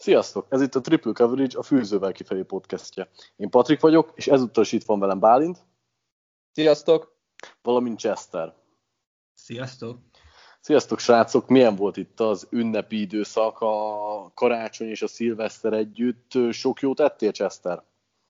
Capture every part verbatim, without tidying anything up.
Sziasztok! Ez itt a Triple Coverage, a Fűzővel kifelé podcastje. Én Patrik vagyok, és ezúttal is itt van velem Bálint. Sziasztok! Valamint Chester. Sziasztok! Sziasztok, srácok! Milyen volt itt az ünnepi időszak, a karácsony és a szilveszter együtt? Sok jót ettél, Chester?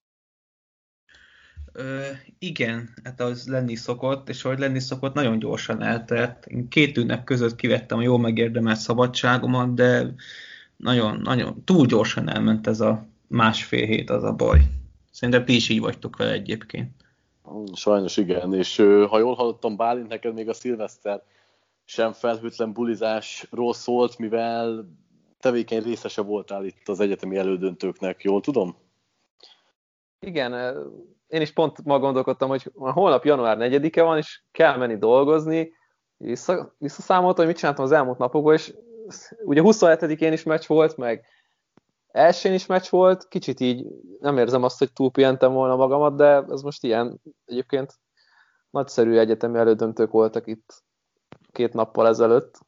Ö, igen, hát az lenni szokott, és ahogy lenni szokott, nagyon gyorsan eltelt. Én két ünnep között kivettem a jól megérdemelt szabadságomat, de nagyon, nagyon túl gyorsan elment ez a másfél hét, az a baj. Szerintem ti is így vagytok vele egyébként. Sajnos igen, és ha jól hallottam, Bálint, neked még a szilveszter sem felhőtlen bulizásról szólt, mivel tevékeny részese voltál itt az egyetemi elődöntőknek, jól tudom? Igen, én is pont ma gondolkodtam, hogy holnap január negyedike van, és kell menni dolgozni. Vissza, visszaszámoltam, hogy mit csináltam az elmúlt napokban, és ugye huszonhetedikén is meccs volt, meg elsőn is meccs volt, kicsit így nem érzem azt, hogy túlpihentem volna magamat, de ez most ilyen egyébként nagyszerű egyetemi elődöntők voltak itt két nappal ezelőtt.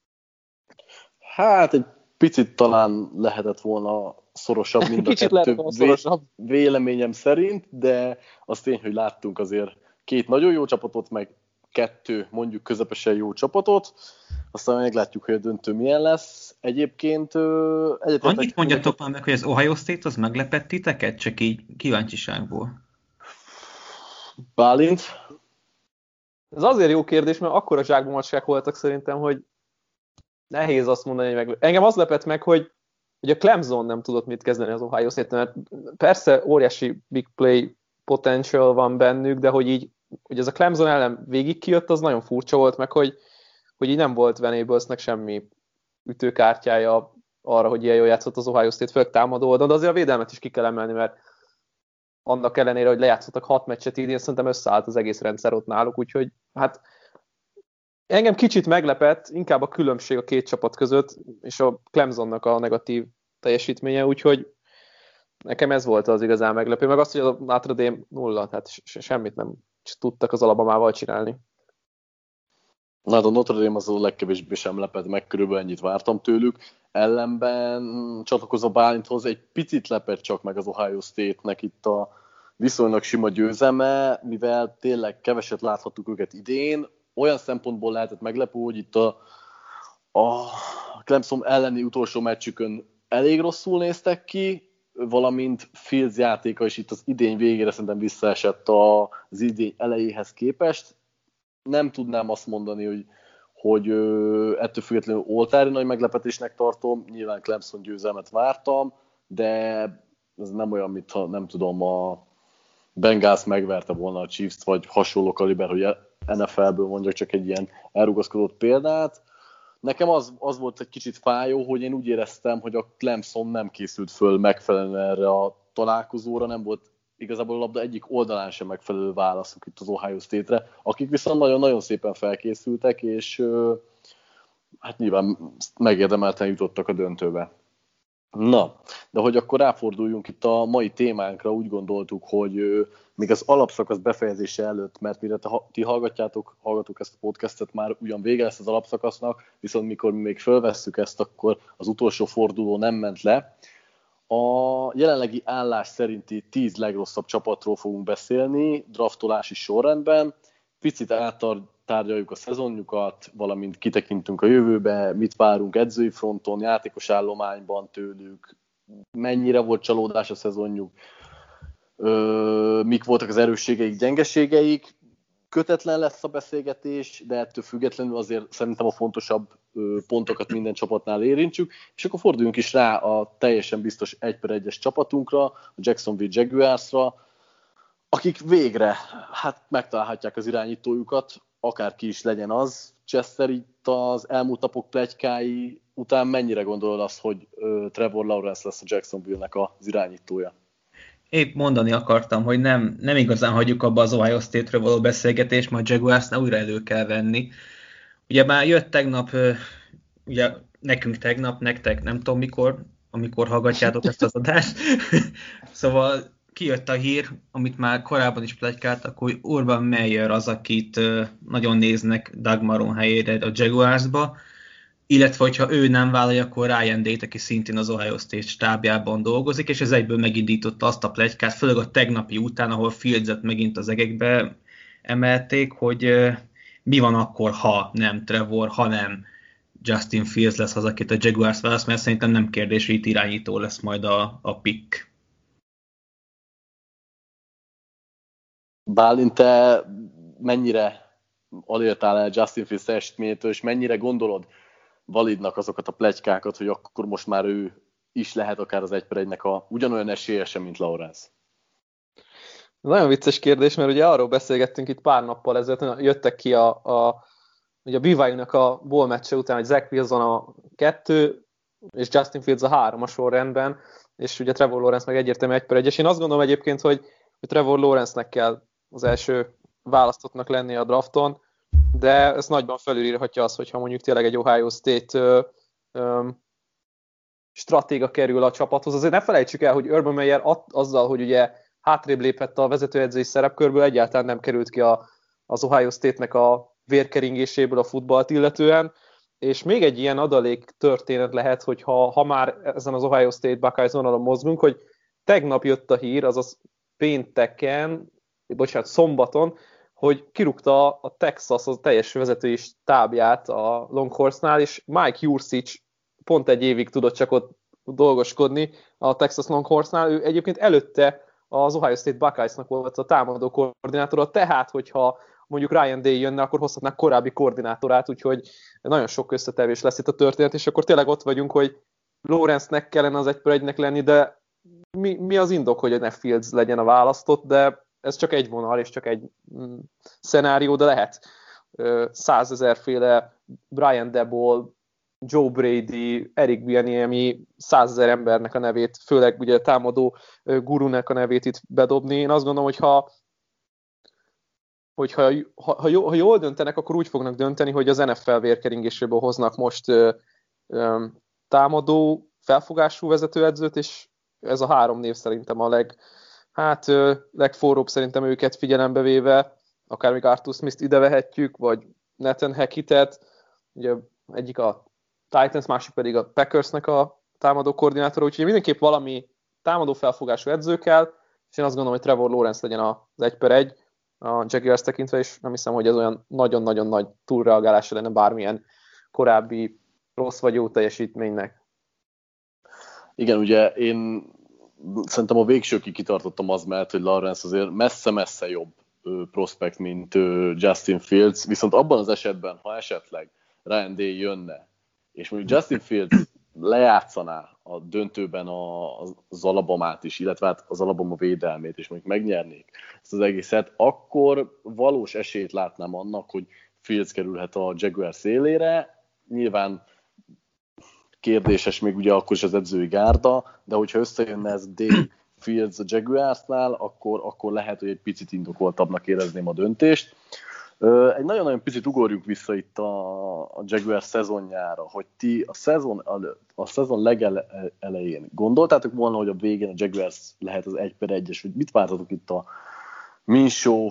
Hát egy picit talán lehetett volna szorosabb, mind a Kicsit kettő volna szorosabb. véleményem szerint, de az tény, hogy láttunk azért két nagyon jó csapatot, meg kettő mondjuk közepesen jó csapatot, aztán meglátjuk, hogy a döntő milyen lesz. Egyébként... Egyetletek... Annyit mondjatok már meg, hogy az Ohio State az meglepett titeket, csak így kíváncsiságból. Bálint? Ez azért jó kérdés, mert akkora zsákbomacskák voltak szerintem, hogy nehéz azt mondani, hogy meg... Engem az lepett meg, hogy, hogy a Clemson nem tudott mit kezdeni az Ohio State-en, mert persze óriási big play potential van bennük, de hogy így hogy ez a Clemson ellen végig kijött, az nagyon furcsa volt, meg hogy, hogy így nem volt Venablesnek semmi ütőkártyája arra, hogy ilyen jól játszott az Ohio State, főleg támadó oldalon, de azért a védelmet is ki kell emelni, mert annak ellenére, hogy lejátszottak hat meccset idén, szerintem összeállt az egész rendszer ott náluk, úgyhogy hát engem kicsit meglepett, inkább a különbség a két csapat között, és a Clemsonnak a negatív teljesítménye, úgyhogy nekem ez volt az igazán meglepő, meg azt, hogy a Notre Dame nulla, tehát semmit nem tudtak az Alabamával csinálni. Na, a Notre Dame az a legkevésbé sem lepett meg, körülbelül ennyit vártam tőlük. Ellenben csatlakozva Bálinthoz egy picit lepett csak meg az Ohio State-nek itt a viszonylag sima győzelme, mivel tényleg keveset láthattuk őket idén. Olyan szempontból lehetett meglepő, hogy itt a, a Clemson elleni utolsó meccsükön elég rosszul néztek ki, valamint Fields játéka is itt az idény végére szerintem visszaesett az idény elejéhez képest. Nem tudnám azt mondani, hogy, hogy ettől függetlenül oltári nagy meglepetésnek tartom. Nyilván Clemson győzelmet vártam, de ez nem olyan, mintha nem tudom, a Bengals megverte volna a Chiefs-t, vagy hasonló kaliber, hogy en ef el-ből mondjak csak egy ilyen elrugaszkodott példát. Nekem az, az volt egy kicsit fájó, hogy én úgy éreztem, hogy a Clemson nem készült föl megfelelően erre a találkozóra, nem volt igazából a labda egyik oldalán sem megfelelő válaszuk itt az Ohio State-re, akik viszont nagyon-nagyon szépen felkészültek, és hát nyilván megérdemelten jutottak a döntőbe. Na, de hogy akkor ráforduljunk itt a mai témánkra, úgy gondoltuk, hogy még az alapszakasz befejezése előtt, mert mire ti hallgatjátok, hallgatok ezt a podcastet, már ugyan vége lesz az alapszakasznak, viszont mikor mi még fölvesszük ezt, akkor az utolsó forduló nem ment le. A jelenlegi állás szerinti tíz legrosszabb csapatról fogunk beszélni, draftolási sorrendben. Picit áttárgyaljuk a szezonjukat, valamint kitekintünk a jövőbe, mit várunk edzői fronton, játékos állományban tőlük, mennyire volt csalódás a szezonjuk, mik voltak az erősségeik, gyengeségeik. Kötetlen lesz a beszélgetés, de ettől függetlenül azért szerintem a fontosabb pontokat minden csapatnál érintsük, és akkor forduljunk is rá a teljesen biztos egy per egyes csapatunkra, a Jacksonville Jaguarsra, akik végre hát megtalálhatják az irányítójukat, akárki is legyen az. Chester, itt az elmúlt napok pletykái után mennyire gondolod azt, hogy Trevor Lawrence lesz a Jacksonville-nek az irányítója? Épp mondani akartam, hogy nem, nem igazán hagyjuk abba az Ohio State-ről való beszélgetést, majd Jaguarsnál újra elő kell venni. Ugye már jött tegnap, ugye nekünk tegnap, nektek nem tudom mikor, amikor hallgatjátok ezt az adást. Szóval kijött a hír, amit már korábban is pletykáltak, hogy Urban Meyer az, akit nagyon néznek Doug Marrone helyére a Jaguarsba. illetve hogyha ő nem vállalja, akkor Ryan Day, aki szintén az Ohio State stábjában dolgozik, és ez egyből megindította azt a pletykát, főleg a tegnapi után, ahol Fields-et megint az egekbe emelték, hogy mi van akkor, ha nem Trevor, ha nem Justin Fields lesz az, akit a Jaguars választ, mert szerintem nem kérdés, hogy itt irányító lesz majd a, a pick. Bálint, te mennyire aléltál el Justin Fields teljesítményétől, és mennyire gondolod validnak azokat a pletykákat, hogy akkor most már ő is lehet akár az egy per egynek a ugyanolyan esélyese, mint Lawrence? Nagyon vicces kérdés, mert ugye arról beszélgettünk itt pár nappal ezelőtt, jöttek ki a, a, ugye a B Y U-nak a bowl meccse után, hogy Zach Wilson a kettő, és Justin Fields a három a sorrendben, és ugye Trevor Lawrence meg egyértelműen egy per egyes. Én azt gondolom egyébként, hogy, hogy Trevor Lawrence-nek kell az első választottnak lennie a drafton, de ez nagyban felülírhatja azt, hogyha mondjuk tényleg egy Ohio State ö, ö, stratéga kerül a csapathoz. Azért ne felejtsük el, hogy Urban Meyer azzal, hogy ugye hátrébb lépett a vezetőedzői szerepkörből, egyáltalán nem került ki a, az Ohio State-nek a vérkeringéséből a futballt illetően, és még egy ilyen adalék történet lehet, hogy ha, ha már ezen az Ohio State Buckeyes vonalon mozgunk, hogy tegnap jött a hír, azaz pénteken, bocsánat, szombaton, hogy kirúgta a Texas az teljes vezetői stábját a Longhornsnál, és Mike Yurcich pont egy évig tudott csak ott dolgoskodni a Texas Longhornsnál. Ő egyébként előtte az Ohio State Buckeyesnak volt a támadó koordinátora, tehát hogyha mondjuk Ryan Day jönne, akkor hozhatnák korábbi koordinátorát, úgyhogy nagyon sok összetevés lesz itt a történet, és akkor tényleg ott vagyunk, hogy Lawrence-nek kellene az egy per egynek lenni, de mi, mi az indok, hogy ne Fields legyen a választott, de ez csak egy vonal, és csak egy mm, szenárió, de lehet százezerféle Brian Daboll, Joe Brady, Eric Bieniemy, százezer embernek a nevét, főleg ugye támadó gurunek a nevét itt bedobni. Én azt gondolom, hogy ha, hogy ha, ha, ha, ha jól döntenek, akkor úgy fognak dönteni, hogy az en ef el vérkeringéséből hoznak most ö, ö, támadó, felfogású vezetőedzőt, és ez a három név szerintem a leg, hát, ö, legforróbb szerintem őket figyelembe véve, akár még Arthur Smith-t ide vehetjük, vagy Nathan Hacketet, ugye egyik a Titans, másik pedig a Packersnek a támadó koordinátora, úgyhogy mindenképp valami támadó felfogású edző kell, és én azt gondolom, hogy Trevor Lawrence legyen az egy per egy a Jaguars tekintve, és nem hiszem, hogy ez olyan nagyon-nagyon nagy túlreagálása lenne bármilyen korábbi rossz vagy jó teljesítménynek. Igen, ugye én szerintem a végsőkig kitartottam az mellett, hogy Lawrence azért messze-messze jobb prospekt, mint Justin Fields, viszont abban az esetben, ha esetleg Ryan Day jönne, és mondjuk Justin Fields lejátszaná a döntőben a, az Alabamát is, illetve hát az Alabama védelmét, és mondjuk megnyernék ezt az egészet, akkor valós esélyt látnám annak, hogy Fields kerülhet a Jaguars szélére. Nyilván kérdéses még ugye akkor is az edzői gárda, de hogyha összejönne ez Day Fields a Jaguarsnál, akkor, akkor lehet, hogy egy picit indokoltabbnak érezném a döntést. Egy nagyon-nagyon picit ugorjunk vissza itt a, a Jaguars szezonjára, hogy ti a szezon, a szezon legelején gondoltátok volna, hogy a végén a Jaguars lehet az egy per egyes, hogy mit vártatok itt a Minshew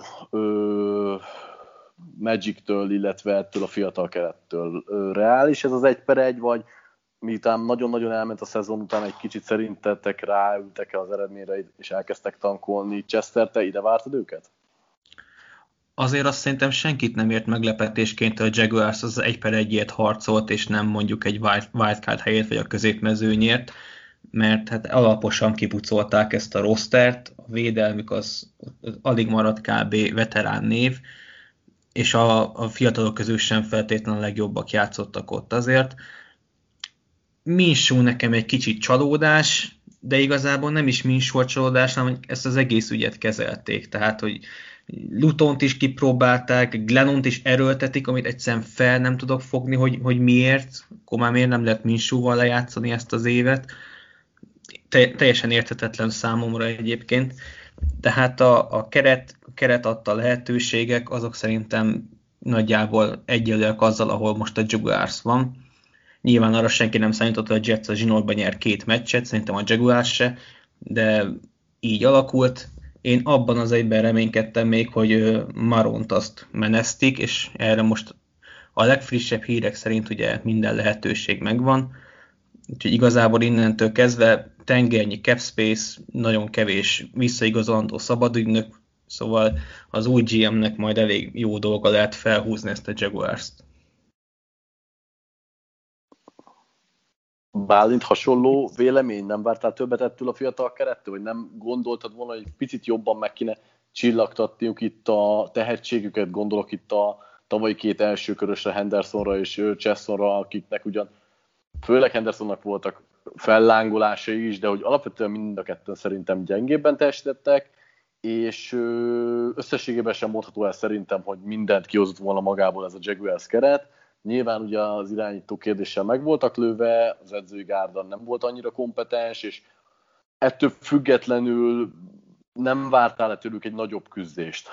Magic-től, illetve ettől a fiatal kerettől? Reális ez az egy per egy, vagy miután nagyon-nagyon elment a szezon után, egy kicsit szerintetek ráültek-e az eredményre, és elkezdtek tankolni? Chester, te ide vártad őket? Azért azt szerintem senkit nem ért meglepetésként, hogy a Jaguars az egy per egyért harcolt, és nem mondjuk egy wildcard helyét, vagy a középmezőnyért, mert hát alaposan kipucolták ezt a rostert, a védelmük az, az alig maradt kb. Veterán név, és a, a fiatalok közül sem feltétlenül a legjobbak játszottak ott azért. Minshew nekem egy kicsit csalódás, de igazából nem is Minshew a csalódás, hanem ezt az egész ügyet kezelték, tehát hogy Lutont is kipróbálták, Glennont is erőltetik, amit egyszerűen fel nem tudok fogni, hogy, hogy miért, akkor már miért nem lehet Minshewval lejátszani ezt az évet. Te, teljesen érthetetlen számomra egyébként. Tehát a, a, keret, a keret adta lehetőségek, azok szerintem nagyjából egyenlőek azzal, ahol most a Jaguars van. Nyilván arra senki nem számított, hogy a Jets a zsinórban nyer két meccset, szerintem a Jaguars se, de így alakult. Én abban az egyben reménykedtem még, hogy Maront azt menesztik, és erre most a legfrissebb hírek szerint ugye minden lehetőség megvan, úgyhogy igazából innentől kezdve tengernyi cap space, nagyon kevés visszaigazolandó szabadügynök, szóval az új gé em-nek majd elég jó dolga lehet felhúzni ezt a Jaguars-t. Bálint, hasonló vélemény? Nem vártál többet ettől a fiatal kerettől? Vagy nem gondoltad volna, hogy picit jobban meg kéne csillagtatniuk itt a tehetségüket? Gondolok itt a tavalyi két első körösre, Hendersonra és Chessonra, akiknek ugyan főleg Hendersonnak voltak fellángolásai is, de hogy alapvetően mind a ketten szerintem gyengébben teljesítettek, és összességében sem mondható el szerintem, hogy mindent kihozott volna magából ez a Jaguars keret. Nyilván ugye az irányító kérdéssel meg voltak lőve, az edzői gárda nem volt annyira kompetens, és ettől függetlenül nem vártál tőlük egy nagyobb küzdést.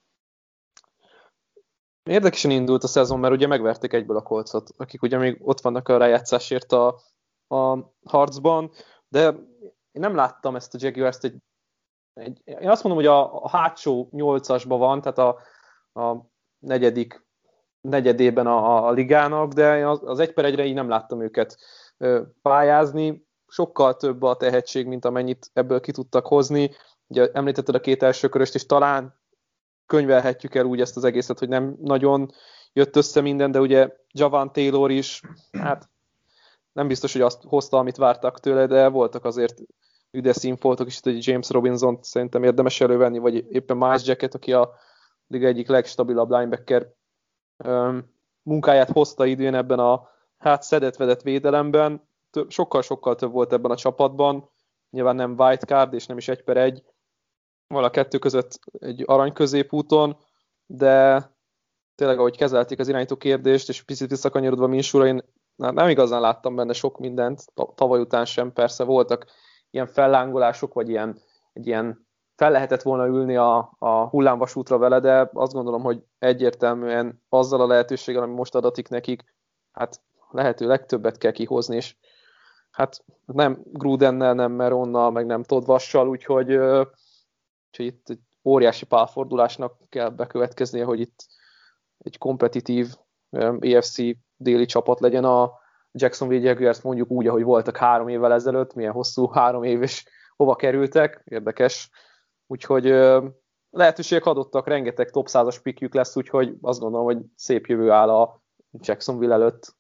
Érdekesen indult a szezon, mert ugye megverték egyből a Coltsot, akik ugye még ott vannak a rájátszásért a, a harcban, de én nem láttam ezt a Jaguars-t egy, egy, én azt mondom, hogy a, a hátsó nyolcasban van, tehát a, a negyedik negyedében a, a ligának, de az, az egy per egyre így nem láttam őket ö, pályázni. Sokkal több a tehetség, mint amennyit ebből ki tudtak hozni. Ugye említetted a két első köröst, és talán könyvelhetjük el úgy ezt az egészet, hogy nem nagyon jött össze minden, de ugye Javan Taylor is, hát nem biztos, hogy azt hozta, amit vártak tőle, de voltak azért üde színfoltok is, hogy James Robinson szerintem érdemes elővenni, vagy éppen Miles Jacket, aki a liga egyik legstabilabb linebacker munkáját hozta idén ebben a hát szedett-vedett védelemben. Sokkal-sokkal több volt ebben a csapatban. Nyilván nem wildcard, és nem is egy per egy. Vala kettő között egy arany középúton, de tényleg, ahogy kezelték az irányító kérdést, és picit visszakanyarodva Minshewra, én nem igazán láttam benne sok mindent, tavaly után sem, persze voltak ilyen fellángolások, vagy ilyen, egy ilyen fel lehetett volna ülni a, a hullámvasútra vele, de azt gondolom, hogy egyértelműen azzal a lehetőséggel, ami most adatik nekik, hát lehető legtöbbet kell kihozni, és hát nem Grudennel, nem Meronnal, meg nem Todd Vassal, úgyhogy, úgyhogy itt egy óriási pálfordulásnak kell bekövetkeznie, hogy itt egy kompetitív á ef cé déli csapat legyen a Jacksonville Jaguars, mondjuk úgy, ahogy voltak három évvel ezelőtt, milyen hosszú három év, és hova kerültek, érdekes. Úgyhogy lehetőségek adottak, rengeteg top százas pickjük lesz, úgyhogy azt gondolom, hogy szép jövő áll a Jacksonville előtt.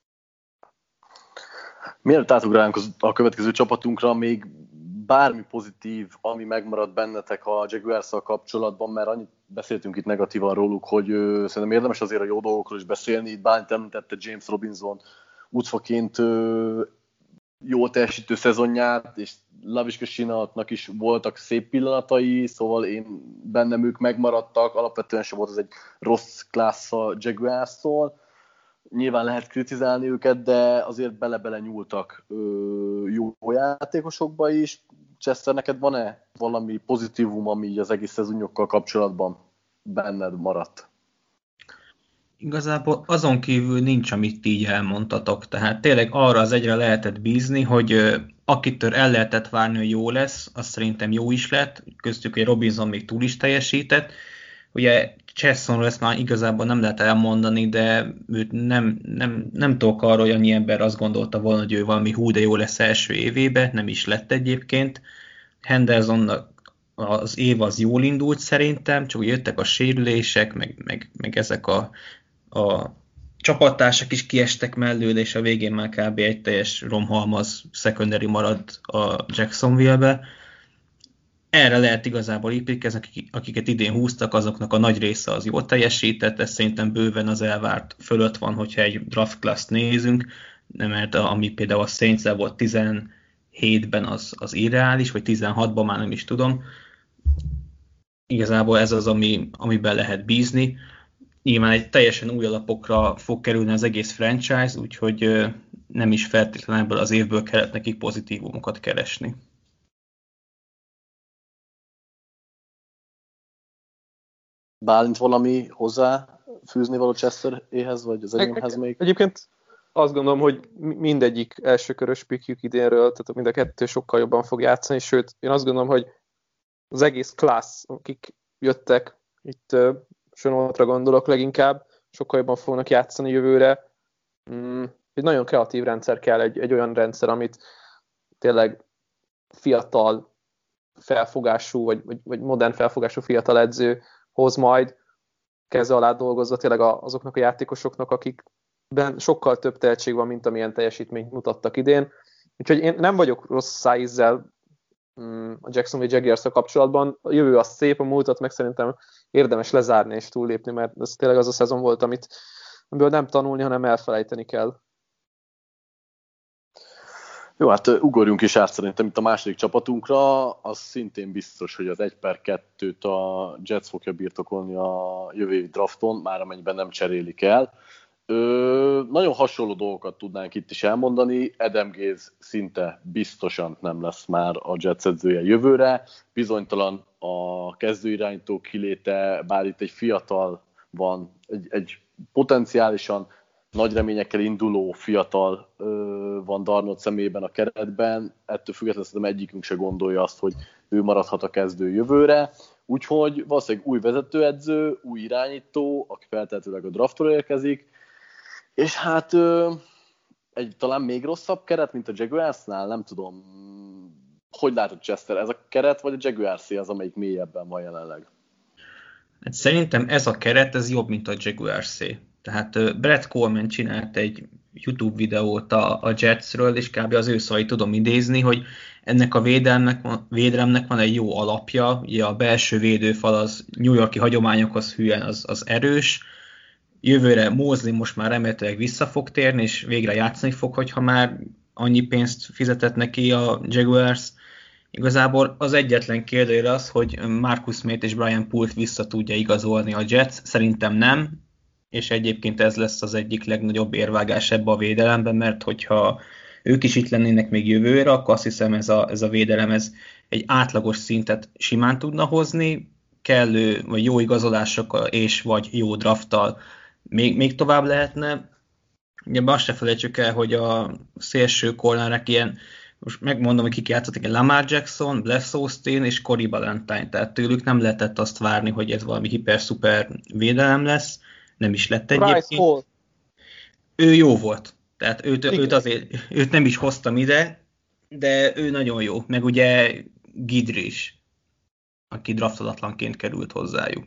Mielőtt átugrálunk a következő csapatunkra, még bármi pozitív, ami megmaradt bennetek a Jaguars-szal kapcsolatban, mert annyit beszéltünk itt negatívan róluk, hogy ö, szerintem érdemes azért a jó dolgokról is beszélni. Itt Bálint említette James Robinson utcaként jól teljesítő szezonját, és Laviska Shenaultnak is voltak szép pillanatai, szóval én bennem ők megmaradtak, alapvetően sem volt ez egy rossz klassz a Jaguars-szól. Nyilván lehet kritizálni őket, de azért bele-bele nyúltak ö, jó játékosokba is. Chester, neked van-e valami pozitívum, ami így az egész szezonyokkal kapcsolatban benned maradt? Igazából azon kívül nincs, amit így elmondtatok. Tehát tényleg arra az egyre lehetett bízni, hogy akitől el lehetett várni, hogy jó lesz, az szerintem jó is lett. Köztük egy Robinson még túl is teljesített. Ugye Chessonról ezt már igazából nem lehet elmondani, de őt nem, nem, nem tudok arról, hogy annyi ember azt gondolta volna, hogy ő valami hú, de jó lesz első évébe, nem is lett egyébként. Hendersonnak az év az jól indult szerintem, csak úgy jöttek a sérülések, meg, meg, meg ezek a, a csapattársak is kiestek mellőle, és a végén már kb. Egy teljes romhalmaz secondary marad a Jacksonville-be. Erre lehet igazából építkezni, akiket idén húztak, azoknak a nagy része az jól teljesített, ez szerintem bőven az elvárt fölött van, hogyha egy draft class-t nézünk, mert ami például a Saints-el volt tizenhétben az, az irreális, vagy tizenhatban már nem is tudom. Igazából ez az, ami, amiben lehet bízni. Nyilván egy teljesen új alapokra fog kerülni az egész franchise, úgyhogy nem is feltétlenül ebből az évből kellett nekik pozitívumokat keresni. Bálint valami hozzá fűzni való Chester-éhez, vagy az enyémhez még? Egyébként azt gondolom, hogy mindegyik elsőkörös pickjük idénről, tehát mind a kettő sokkal jobban fog játszani, sőt, én azt gondolom, hogy az egész class, akik jöttek, itt uh, Sonoltra gondolok leginkább, sokkal jobban fognak játszani jövőre. Mm, egy nagyon kreatív rendszer kell, egy, egy olyan rendszer, amit tényleg fiatal felfogású, vagy, vagy, vagy modern felfogású fiatal edző hoz majd, keze alá dolgozva tényleg azoknak a játékosoknak, akikben sokkal több tehetség van, mint amilyen teljesítményt mutattak idén. Úgyhogy én nem vagyok rossz szájízzel a Jacksonville Jaguars-a kapcsolatban. A jövő az szép, a múltat meg szerintem érdemes lezárni és túllépni, mert ez tényleg az a szezon volt, amit, amiből nem tanulni, hanem elfelejteni kell. Jó, hát ugorjunk is át szerintem itt a második csapatunkra, az szintén biztos, hogy az egy per kettőt a Jets fogja birtokolni a jövő évi drafton, már amennyiben nem cserélik el. Ö, nagyon hasonló dolgokat tudnánk itt is elmondani, Adam Gase szinte biztosan nem lesz már a Jets edzője jövőre, bizonytalan a kezdőirányító kiléte, bár itt egy fiatal van, egy, egy potenciálisan nagy reményekkel induló fiatal ö, van Darnold személyében a keretben, ettől függetlenül szerintem egyikünk se gondolja azt, hogy ő maradhat a kezdő jövőre, úgyhogy valószínűleg új vezetőedző, új irányító, aki feltehetőleg a draftról érkezik, és hát ö, egy talán még rosszabb keret, mint a Jaguarsnál, nem tudom, hogy látod Chester, ez a keret vagy a Jaguarsé az, amelyik mélyebben van jelenleg? Hát szerintem ez a keret, ez jobb, mint a Jaguarsé. Tehát Brett Coleman csinált egy YouTube videót a, a Jetsről, és kb. Az ő szavait tudom idézni, hogy ennek a védelemnek van, védelemnek van egy jó alapja, ugye a belső védőfal az New Yorki hagyományokhoz hűen az, az erős, jövőre Mosley most már remélhetőleg vissza fog térni, és végre játszani fog, hogyha már annyi pénzt fizetett neki a Jaguars. Igazából az egyetlen kérdője az, hogy Marcus Smith és Brian Poole vissza tudja igazolni a Jets, szerintem nem, és egyébként ez lesz az egyik legnagyobb érvágás ebbe a védelemben, mert hogyha ők is itt lennének még jövőre, akkor azt hiszem ez a, ez a védelem ez egy átlagos szintet simán tudna hozni, kellő vagy jó igazolásokkal és vagy jó drafttal még, még tovább lehetne. Ugye azt se felejtsük el, hogy a szélső cornerek ilyen, most megmondom, hogy kik játszottak, Lamar Jackson, Bless Austin és Corey Ballantyne, tehát tőlük nem lehetett azt várni, hogy ez valami hiper-szuper védelem lesz, nem is lett egyébként. Ő jó volt, tehát őt, őt, azért, őt nem is hoztam ide, de ő nagyon jó, meg ugye Guidry is, aki draftolatlanként került hozzájuk.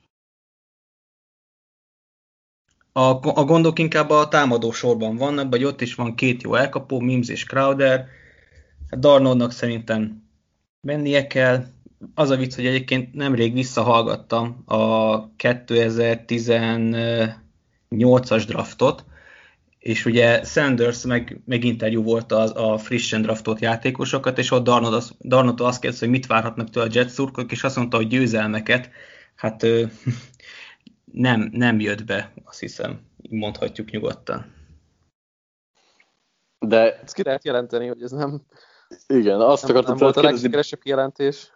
A, a gondok inkább a támadó sorban vannak, vagy ott is van két jó elkapó, Mims és Crowder. Darnoldnak szerintem mennie kell. Az a vicc, hogy egyébként nemrég visszahallgattam a kétezer-tizennyolcas draftot, és ugye Sanders meg, meg interjú volt az, a frissen draftolt játékosokat, és ott Darnold az, Darnoldtól azt kérdezte, hogy mit várhatnak tőle a Jets szurkolók, és azt mondta, hogy győzelmeket. Hát nem, nem jött be, azt hiszem, mondhatjuk nyugodtan. De ezt ki lehet jelenteni, hogy ez nem, igen, azt nem, akartam nem volt a kérdezni... legsikeresebb kijelentés.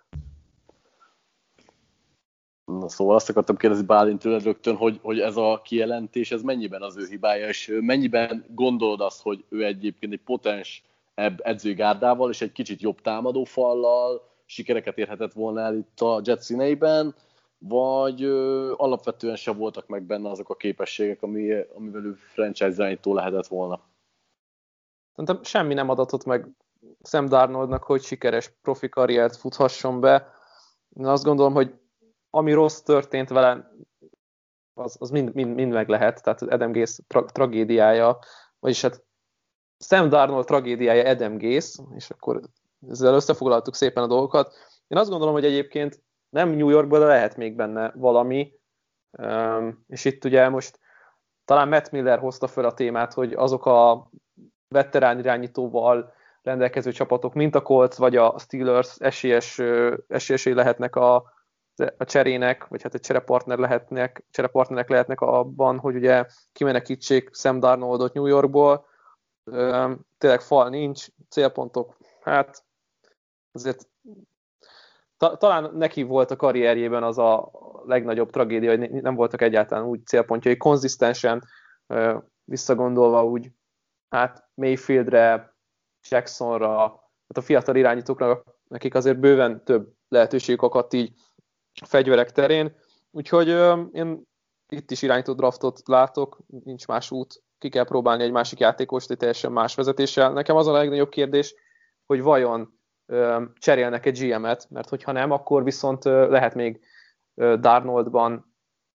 Na, szóval azt akartam kérdezni Bálint tőled rögtön, hogy, hogy ez a kijelentés, ez mennyiben az ő hibája, és mennyiben gondolod azt, hogy ő egyébként egy potens edzőgárdával és egy kicsit jobb támadófallal sikereket érhetett volna el itt a Jets színeiben, vagy ö, alapvetően sem voltak meg benne azok a képességek, ami, amivel ő franchise irányító lehetett volna? Szerintem semmi nem adatott meg Sam Darnoldnak, hogy sikeres profi karriert futhasson be. Én azt gondolom, hogy ami rossz történt vele, az, az mind, mind, mind meg lehet. Tehát Adam Gase tra- tragédiája, vagyis hát Sam Darnold tragédiája Adam Gase, és akkor ezzel összefoglaltuk szépen a dolgokat. Én azt gondolom, hogy egyébként nem New Yorkban, de lehet még benne valami. Um, és itt ugye most talán Matt Miller hozta fel a témát, hogy azok a veterán irányítóval rendelkező csapatok, mint a Colts vagy a Steelers esélyes, esélyesei lehetnek a, a cserének, vagy hát egy cserepartner lehetnek, cserepartnerek lehetnek abban, hogy ugye kimenekítsék Sam Darnoldot New Yorkból. Um, tényleg fal nincs, célpontok, hát azért ta, talán neki volt a karrierjében az a legnagyobb tragédia, hogy nem voltak egyáltalán úgy célpontjai, konzisztensen uh, visszagondolva úgy, hát Mayfieldre, Jacksonra, hát a fiatal irányítóknak, nekik azért bőven több lehetőségük akadt így a fegyverek terén. Úgyhogy uh, én itt is irányító draftot látok, nincs más út, ki kell próbálni egy másik játékost, egy teljesen más vezetéssel. Nekem az a legnagyobb kérdés, hogy vajon ö, cserélnek egy gé em-et, mert hogyha nem, akkor viszont ö, lehet még ö, Darnoldban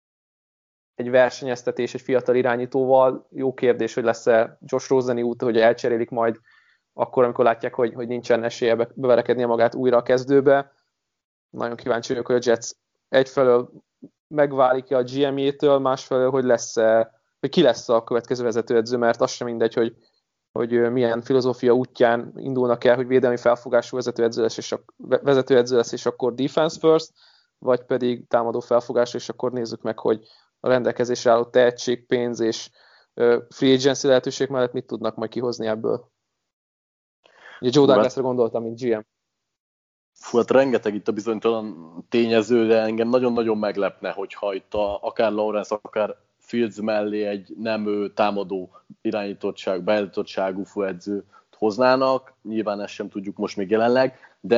egy versenyeztetés egy fiatal irányítóval. Jó kérdés, hogy lesz-e Josh Roseni út, hogy elcserélik majd akkor, amikor látják, hogy, hogy nincsen esélye beverekednie magát újra a kezdőbe. Nagyon kíváncsi vagyok, hogy a Jets egyfelől megválik a gé em-jétől, másfelől, hogy lesz-e, hogy ki lesz a következő vezetőedző, mert az sem mindegy, hogy, hogy milyen filozófia útján indulnak el, hogy védelmi felfogású vezetőedző lesz, és, a, vezetőedző lesz, és akkor defense first, vagy pedig támadó felfogású, és akkor nézzük meg, hogy a rendelkezésre álló tehetség, pénz és free agency lehetőség mellett mit tudnak majd kihozni ebből. Ugye Joe Douglasra gondoltam, mint gé em. Fú, hát rengeteg itt a bizonytalan tényező, de engem nagyon-nagyon meglepne, hogyha itt a, akár Lawrence, akár Fields mellé egy nem ő támadó irányítottság, beállítottságú főedzőt hoznának. Nyilván ezt sem tudjuk most még jelenleg,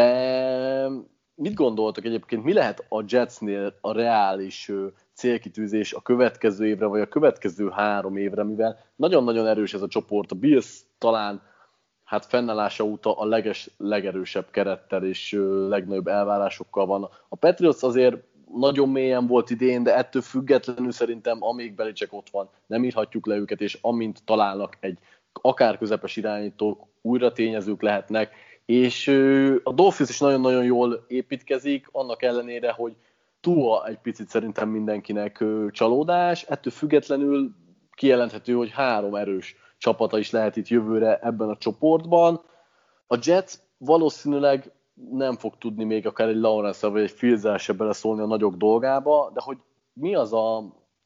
de mit gondoltak egyébként, mi lehet a Jetsnél a reális célkitűzés a következő évre, vagy a következő három évre, mivel nagyon-nagyon erős ez a csoport. A Bills talán hát fennállása óta a leges, legerősebb kerettel és legnagyobb elvárásokkal van. A Patriots azért nagyon mélyen volt idén, de ettől függetlenül szerintem, amíg Belichick ott van, nem írhatjuk le őket, és amint találnak egy akár közepes irányítók, újra tényezők lehetnek, és a Dolphins is nagyon-nagyon jól építkezik, annak ellenére, hogy Tua egy picit szerintem mindenkinek csalódás, ettől függetlenül kijelenthető, hogy három erős csapata is lehet itt jövőre ebben a csoportban. A Jets valószínűleg nem fog tudni még akár egy Lawrence-el vagy egy Fields-el se beleszólni a nagyok dolgába, de hogy mi az a,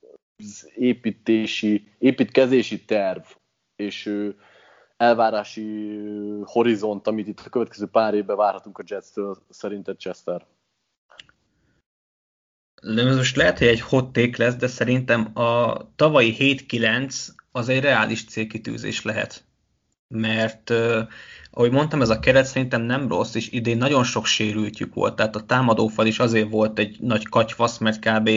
az építési, építkezési terv és elvárási horizont, amit itt a következő pár évben várhatunk a Jets-től, szerinted, Chester? Most lehet, hogy egy hot take lesz, de szerintem a tavalyi hét kilenc az egy reális célkitűzés lehet. Mert, uh, ahogy mondtam, ez a keret szerintem nem rossz, és idén nagyon sok sérültjük volt. Tehát a támadófal is azért volt egy nagy katyvasz, mert kb.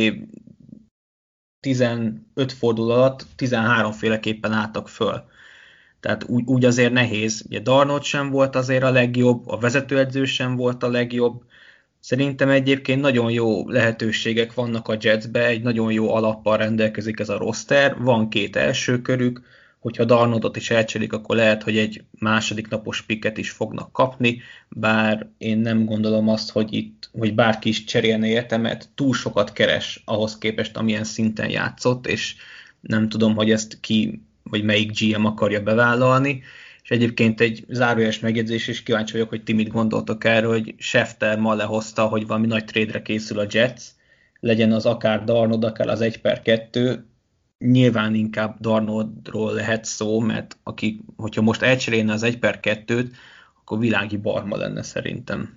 tizenöt forduló alatt tizenhárom féleképpen álltak föl. Tehát úgy, úgy azért nehéz. Ugye Darnold sem volt azért a legjobb, a vezetőedző sem volt a legjobb. Szerintem egyébként nagyon jó lehetőségek vannak a Jetsbe, egy nagyon jó alappal rendelkezik ez a roster, van két első körük, hogyha Darnoldot is elcserélik, akkor lehet, hogy egy második napos picket is fognak kapni, bár én nem gondolom azt, hogy itt, hogy bárki is cserélne érte, mert túl sokat keres ahhoz képest, amilyen szinten játszott, és nem tudom, hogy ezt ki, vagy melyik gé em akarja bevállalni. És egyébként egy zárójeles megjegyzés, és kíváncsi vagyok, hogy ti mit gondoltok erről, hogy Schefter ma lehozta, hogy valami nagy trade-re készül a Jets, legyen az akár Darnold, akár az egy per kettő, nyilván inkább Darnoldról lehet szó, mert aki, hogyha most elcserélne az egy per kettőt, akkor világi barma lenne szerintem.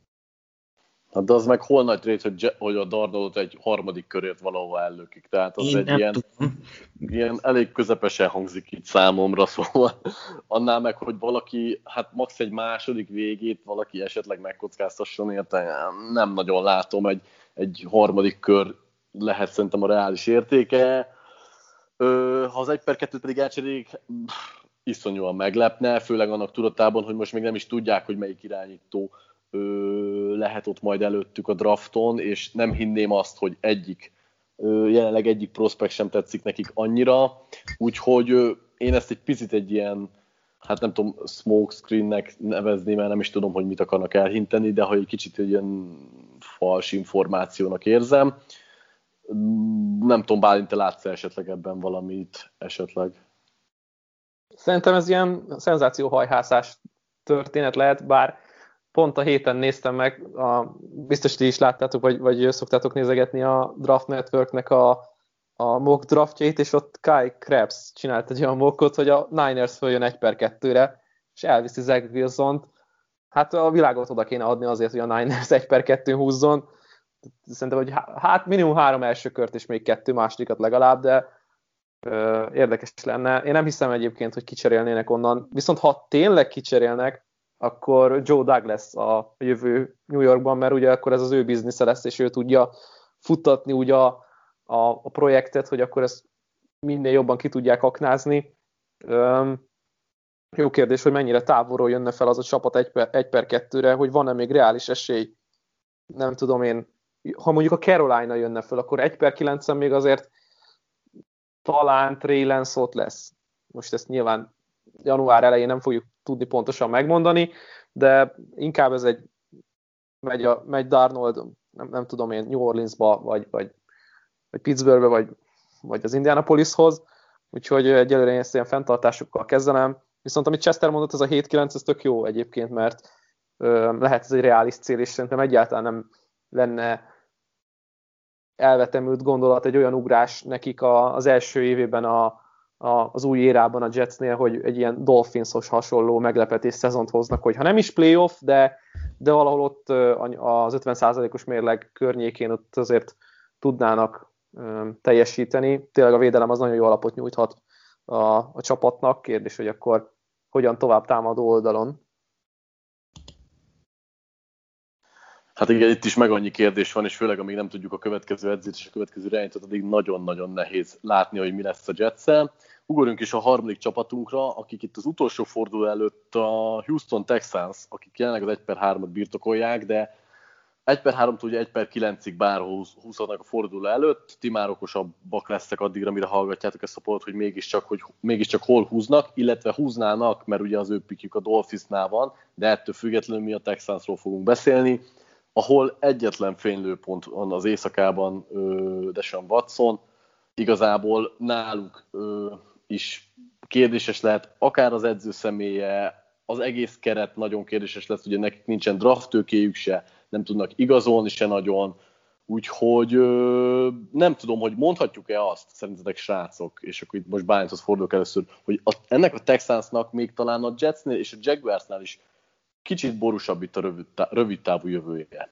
Hát de az meg hol nagy trade, hogy, hogy a Darnoldot egy harmadik körért valahova ellökik. Tehát az Én egy ilyen, ilyen elég közepesen hangzik így számomra, szóval annál meg, hogy valaki, hát max egy második végét valaki esetleg megkockáztasson érte, nem nagyon látom, egy, egy harmadik kör lehet szerintem a reális értéke. Ö, ha az egy per kettőt pedig elcserélik, iszonyúan meglepne, főleg annak tudatában, hogy most még nem is tudják, hogy melyik irányító ö, lehet ott majd előttük a drafton, és nem hinném azt, hogy egyik, ö, jelenleg egyik prospekt sem tetszik nekik annyira, úgyhogy ö, én ezt egy picit egy ilyen, hát nem tudom, smoke screennek nevezni, mert nem is tudom, hogy mit akarnak elhinteni, de hogy egy kicsit egy ilyen fals információnak érzem. Nem tudom, Bálint, te látsz esetleg ebben valamit esetleg? Szerintem ez ilyen szenzációhajhászás történet lehet, bár pont a héten néztem meg, a, biztos ti is láttátok, vagy, vagy szoktátok nézegetni a Draft Networknek a, a mock draftjait, és ott Kai Krabs csinált egy olyan mockot, hogy a Niners följön egy per kettőre, és elviszi Zach Wilsont. Hát a világot oda kéne adni azért, hogy a Niners egy per kettőn húzzon. Szerintem, hogy hát minimum három első kört, és még kettő másodikat legalább, de ö, érdekes lenne. Én nem hiszem egyébként, hogy kicserélnének onnan. Viszont ha tényleg kicserélnek, akkor Joe Douglas a jövő New Yorkban, mert ugye akkor ez az ő biznisze lesz, és ő tudja futtatni úgy a, a, a projektet, hogy akkor ezt minél jobban ki tudják aknázni. Um, jó kérdés, hogy mennyire távolról jönne fel az a csapat egy per, egy per kettőre, hogy van-e még reális esély, nem tudom én, ha mondjuk a Carolina jönne fel, akkor egy per kilencen még azért talán Trey Lance ott lesz. Most ezt nyilván január elején nem fogjuk tudni pontosan megmondani, de inkább ez egy megy, a, megy Darnold, nem, nem tudom én, New Orleansba, vagy, vagy, vagy Pittsburghbe, vagy, vagy az Indianapolishoz, úgyhogy egyelőre én ezt ilyen fenntartásokkal kezelem. Viszont amit Chester mondott, ez a hét kilenc, ez tök jó egyébként, mert ö, lehet ez egy reális cél, és szerintem egyáltalán nem lenne elvetemült gondolat, egy olyan ugrás nekik a, az első évében a, a, az új érában a Jetsnél, hogy egy ilyen Dolphinsos hasonló meglepetés szezont hoznak, hogy ha nem is playoff, de, de valahol ott az ötven százalékos mérleg környékén ott azért tudnának teljesíteni. Tényleg a védelem az nagyon jó alapot nyújthat a, a csapatnak. Kérdés, hogy akkor hogyan tovább támadó oldalon. Hát igen, itt is meg annyi kérdés van, és főleg amíg nem tudjuk a következő edzést és a következő irányítót, addig nagyon-nagyon nehéz látni, hogy mi lesz a Jetszel. Ugorjunk is a harmadik csapatunkra, akik itt az utolsó forduló előtt a Houston Texans, akik jelenleg az egy per hármat birtokolják, de egy per háromtól ugye egy per kilencig bárhol húzhatnak a forduló előtt. Ti már okosabbak lesztek addigra, mire hallgatjátok ezt a polt, hogy mégiscsak, hogy mégiscsak hol húznak, illetve húznának, mert ugye az ő pikjük a Dolphinsnál van, de ettől függetlenül mi a Texansról fogunk beszélni, ahol egyetlen fénylőpont van az éjszakában, Deshaun Watson. Igazából náluk ö, is kérdéses lehet, akár az edző személye, az egész keret nagyon kérdéses lesz, ugye nekik nincsen drafttőkéjük se, nem tudnak igazolni se nagyon, úgyhogy ö, nem tudom, hogy mondhatjuk-e azt, szerintetek srácok, és akkor itt most Bálinthoz fordulok először, hogy a, ennek a Texansnak még talán a Jetsnél és a Jaguarsnál is kicsit borúsabb itt a rövid, rövid távú jövője.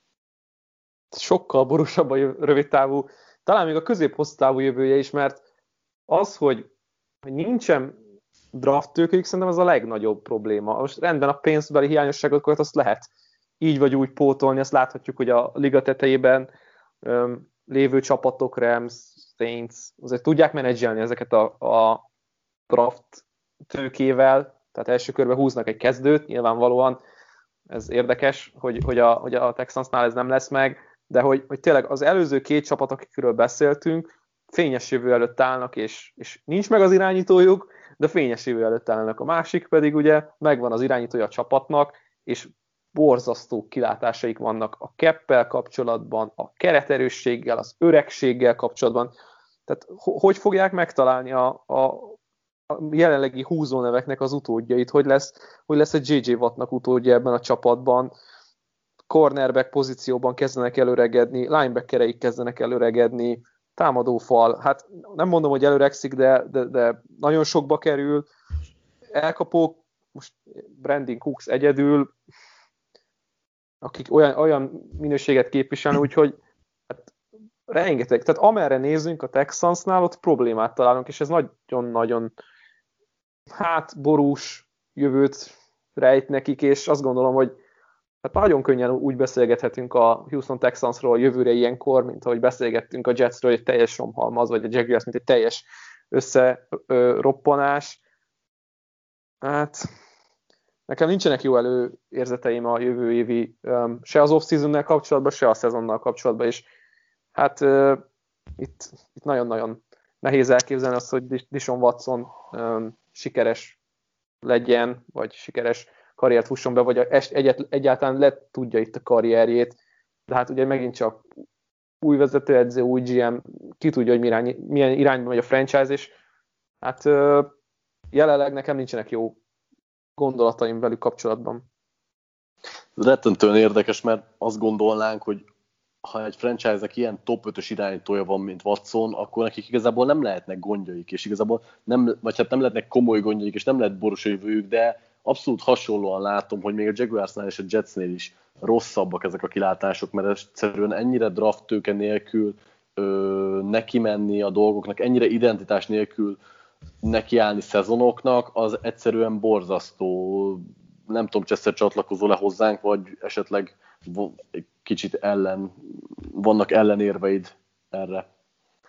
Sokkal borúsabb a rövid távú, talán még a közép-hosszú távú jövője is, mert az, hogy, hogy nincsen draft tőkéjük, szerintem ez a legnagyobb probléma. Most rendben a pénzbeli hiányosságokat azt lehet így vagy úgy pótolni, ezt láthatjuk, hogy a liga tetejében um, lévő csapatok, Rams, Saints, azért tudják menedzselni ezeket a, a draft tőkével, tehát első körben húznak egy kezdőt, nyilvánvalóan ez érdekes, hogy, hogy, a, hogy a Texansnál ez nem lesz meg, de hogy, hogy tényleg az előző két csapat, akikről beszéltünk, fényes jövő előtt állnak, és, és nincs meg az irányítójuk, de fényes jövő előtt állnak. A másik pedig ugye megvan az irányítója a csapatnak, és borzasztó kilátásaik vannak a keppel kapcsolatban, a kereterősséggel, az öregséggel kapcsolatban. Tehát hogy fogják megtalálni a, a, a jelenlegi húzóneveknek az utódjait? Hogy lesz, hogy lesz egy jé jé Wattnak utódja ebben a csapatban? Cornerback pozícióban kezdenek előregedni, linebackereik kezdenek előregedni, támadófal, hát nem mondom, hogy előregszik, de, de, de nagyon sokba kerül. Elkapók, most Brandon Cooks egyedül, akik olyan, olyan minőséget képviselnek, úgyhogy hát, rengeteg. Tehát amerre nézünk a Texansnál, ott problémát találunk, és ez nagyon-nagyon hát borús jövőt rejt nekik, és azt gondolom, hogy hát nagyon könnyen úgy beszélgethetünk a Houston Texansról jövőre ilyenkor, mint ahogy beszélgettünk a Jetsről egy teljes romhalmaz, vagy a Jaguars, mint egy teljes összeroppanás. Hát nekem nincsenek jó előérzeteim a jövő évi, um, se az off-seasonnel kapcsolatban, se a szezonnal kapcsolatban, és hát uh, itt, itt nagyon-nagyon nehéz elképzelni azt, hogy Deshaun Watson um, sikeres legyen, vagy sikeres karriert fusson be, vagy egyet, egyáltalán le tudja itt a karrierjét, de hát ugye megint csak új vezetőedző, új gé em, ki tudja, hogy milyen, milyen irányba megy a franchise, és hát uh, jelenleg nekem nincsenek jó gondolataim velük kapcsolatban. Ez rettentően érdekes, mert azt gondolnánk, hogy ha egy franchise-nek ilyen top ötös irányítója van, mint Watson, akkor nekik igazából nem lehetnek gondjaik, és igazából nem, vagy hát nem lehetnek komoly gondjaik, és nem lehet boros a jövőjük, de abszolút hasonlóan látom, hogy még a Jaguarsnál és a Jetsnél is rosszabbak ezek a kilátások, mert egyszerűen ennyire draft tőke nélkül ö, neki menni a dolgoknak, ennyire identitás nélkül nekiállni szezonoknak, az egyszerűen borzasztó. Nem tudom, Chester csatlakozol le hozzánk, vagy esetleg egy kicsit ellen, vannak ellenérveid erre?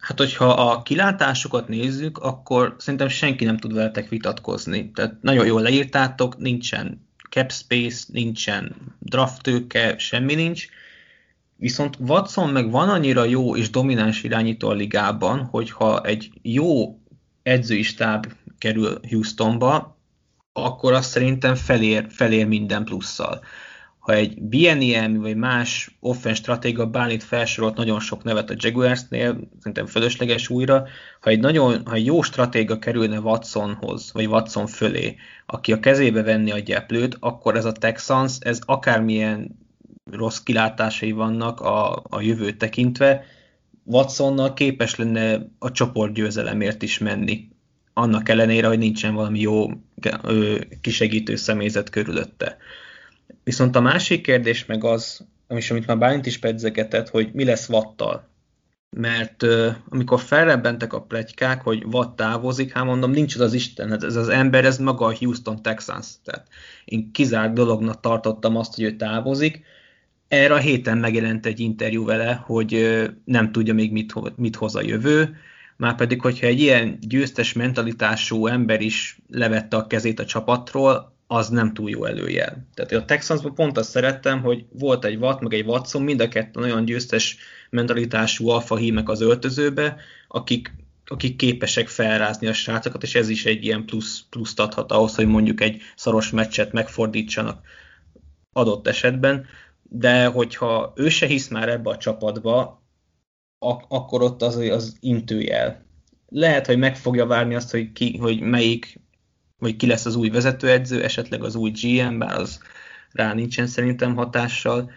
Hát, hogyha a kilátásokat nézzük, akkor szerintem senki nem tud veletek vitatkozni. Tehát nagyon jól leírtátok, nincsen cap space, nincsen draft tőke, semmi nincs. Viszont Watson meg van annyira jó és domináns irányító a ligában, hogyha egy jó edzői stáb kerül Houstonba, akkor azt szerintem felér, felér minden plusszal. Ha egy bé en em vagy más offense stratéga, Bálint felsorolt nagyon sok nevet a Jaguarsnél, szerintem fölösleges újra, ha egy, nagyon, ha egy jó stratéga kerülne Watsonhoz, vagy Watson fölé, aki a kezébe venni a gyeplőt, akkor ez a Texans, ez akármilyen rossz kilátásai vannak a, a jövőt tekintve, Watsonnal képes lenne a csoportgyőzelemért is menni. Annak ellenére, hogy nincsen valami jó ö, kisegítő személyzet körülötte. Viszont a másik kérdés meg az, amit már Bálint is pedzegetett, hogy mi lesz Watttal. Mert uh, amikor felrebbentek a pletykák, hogy Watt távozik, hát mondom, nincs az az Isten, ez az ember, ez maga a Houston Texans. Tehát én kizárt dolognak tartottam azt, hogy ő távozik. Erre a héten megjelent egy interjú vele, hogy uh, nem tudja még mit, mit hoz a jövő, márpedig, hogyha egy ilyen győztes mentalitású ember is levette a kezét a csapatról, az nem túl jó előjel. Tehát a Texansban pont azt szerettem, hogy volt egy Watt, meg egy Watson, mind a ketten olyan győztes mentalitású alfa hímek az öltözőbe, akik, akik képesek felrázni a srácokat, és ez is egy ilyen plusz, pluszt adhat ahhoz, hogy mondjuk egy szoros meccset megfordítsanak adott esetben, de hogyha ő se hisz már ebbe a csapatba, ak- akkor ott az, az intőjel. Lehet, hogy meg fogja várni azt, hogy, ki, hogy melyik vagy ki lesz az új vezetőedző, esetleg az új gé em, bár az rá nincsen szerintem hatással,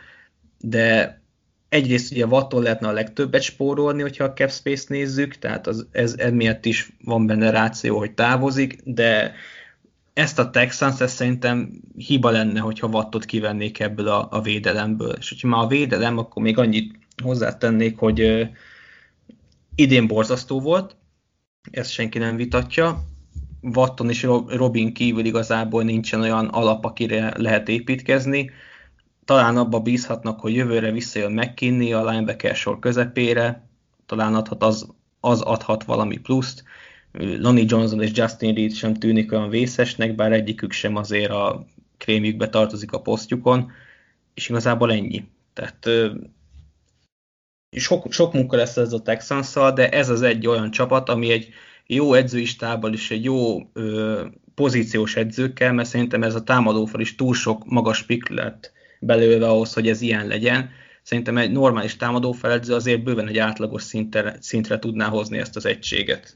de egyrészt ugye Watton lehetne a legtöbbet spórolni, hogyha a cap space nézzük, tehát az, ez emiatt is van benne ráció, hogy távozik, de ezt a Texans, ez szerintem hiba lenne, hogyha Wattot kivennék ebből a, a védelemből. És hogyha már a védelem, akkor még annyit hozzátennék, hogy uh, idén borzasztó volt, ezt senki nem vitatja, Watton és Robin kívül igazából nincsen olyan alap, akire lehet építkezni. Talán abba bízhatnak, hogy jövőre visszajön McKinney a linebacker sor közepére, talán adhat az, az adhat valami pluszt. Lonnie Johnson és Justin Reed sem tűnik olyan vészesnek, bár egyikük sem azért a krémjükbe tartozik a posztjukon, és igazából ennyi. Tehát sok, sok munka lesz ez a Texansszal, de ez az egy olyan csapat, ami egy jó edzői stábbal és egy jó ö, pozíciós edzőkkel, mert szerintem ez a támadófal is túl sok magas pick lett belőle ahhoz, hogy ez ilyen legyen. Szerintem egy normális támadófeledző azért bőven egy átlagos szintre, szintre tudná hozni ezt az egységet.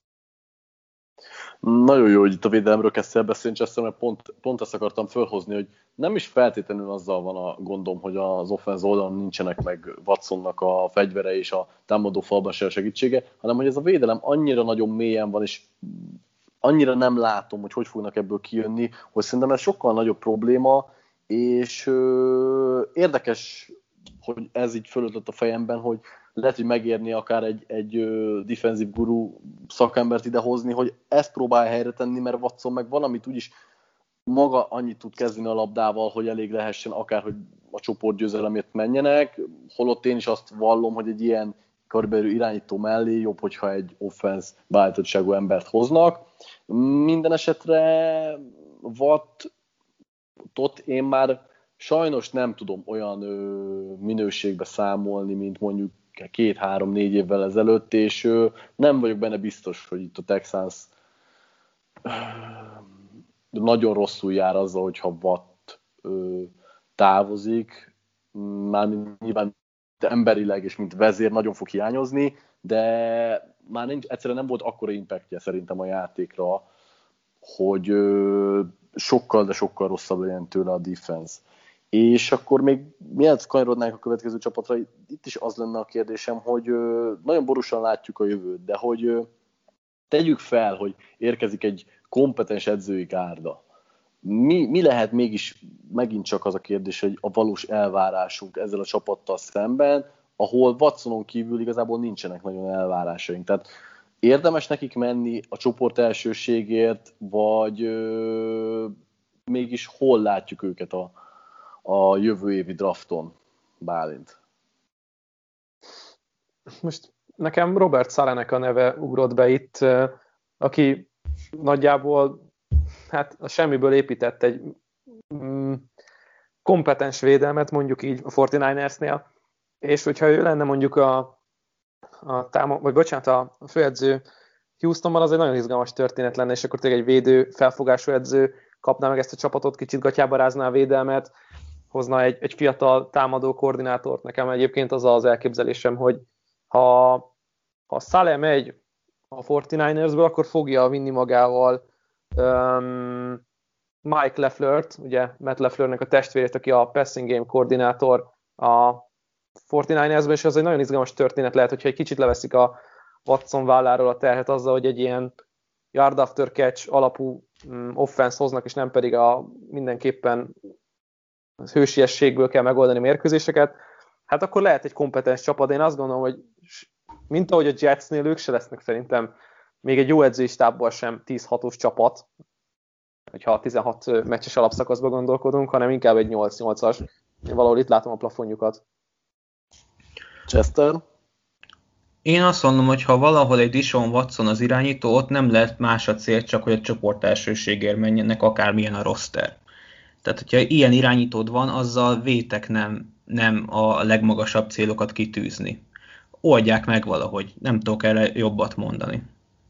Nagyon jó, hogy itt a védelemről kezdtél beszélni, csak mert pont, pont ezt akartam fölhozni, hogy nem is feltétlenül azzal van a gondom, hogy az offense oldalon nincsenek meg Watsonnak a fegyvere és a támadó falban se a segítsége, hanem hogy ez a védelem annyira nagyon mélyen van, és annyira nem látom, hogy hogy fognak ebből kijönni, hogy szerintem ez sokkal nagyobb probléma, és ö, érdekes, hogy ez így fölötött a fejemben, hogy lehet, hogy megérni akár egy, egy uh, defensív guru szakembert idehozni, hogy ezt próbálja helyre tenni, mert Watson meg valamit úgyis maga annyit tud kezdeni a labdával, hogy elég lehessen akár, hogy a csoportgyőzelemért menjenek, holott én is azt vallom, hogy egy ilyen körülbelül irányító mellé jobb, hogyha egy offense beállítottságú embert hoznak. Minden esetre Wattot én már sajnos nem tudom olyan ö, minőségbe számolni, mint mondjuk két-három-négy évvel ezelőtt, és ö, nem vagyok benne biztos, hogy itt a Texans ö, nagyon rosszul jár azzal, hogyha Watt ö, távozik, mármint nyilván emberileg és mint vezér nagyon fog hiányozni, de már nincs, egyszerűen nem volt akkora impactje szerintem a játékra, hogy ö, sokkal, de sokkal rosszabb legyen tőle a defense. És akkor még mielőtt kanyarodnánk a következő csapatra, itt is az lenne a kérdésem, hogy ö, nagyon borúsan látjuk a jövőt, de hogy ö, tegyük fel, hogy érkezik egy kompetens edzői gárda. Mi, mi lehet mégis megint csak az a kérdés, hogy a valós elvárásunk ezzel a csapattal szemben, ahol Watsonon kívül igazából nincsenek nagyon elvárásaink. Tehát érdemes nekik menni a csoport elsőségért, vagy ö, mégis hol látjuk őket a, a jövő évi drafton, Bálint? Most nekem Robert Salehnek a neve ugrott be itt, aki nagyjából hát a semmiből épített egy mm, kompetens védelmet, mondjuk így a negyvenkilenceresnél, és hogyha ő lenne mondjuk a, a támog, vagy bocsánat, a főedző Houstonban, az egy nagyon izgalmas történet lenne, és akkor tényleg egy védő, felfogású edző kapná meg ezt a csapatot, kicsit gatyába rázná a védelmet, hozna egy, egy fiatal támadó koordinátort. Nekem egyébként az az elképzelésem, hogy ha, ha Saleh megy a negyvenkilenceresből, akkor fogja vinni magával um, Mike Lafleur-t, ugye Matt Lafleurnek a testvérét, aki a passing game koordinátor a negyvenkilenceresben, és az egy nagyon izgalmas történet lehet, hogyha egy kicsit leveszik a Watson válláról a terhet azzal, hogy egy ilyen yard after catch alapú um, offense hoznak, és nem pedig a mindenképpen hősiességből kell megoldani mérkőzéseket, hát akkor lehet egy kompetens csapat. Én azt gondolom, hogy mint ahogy a Jetsnél, ők se lesznek szerintem még egy jó edzői stábból sem tíz hatos csapat, hogyha a tizenhat meccses alapszakaszba gondolkodunk, hanem inkább egy nyolc nyolcas. Én valahol itt látom a plafonjukat. Chester? Én azt mondom, hogy ha valahol egy Deshaun Watson az irányító, ott nem lehet más a cél, csak hogy a csoport elsőségért menjenek, akármilyen a roster. Tehát, hogyha ilyen irányítód van, azzal vétek nem, nem a legmagasabb célokat kitűzni. Oldják meg valahogy, nem tudok erre jobbat mondani.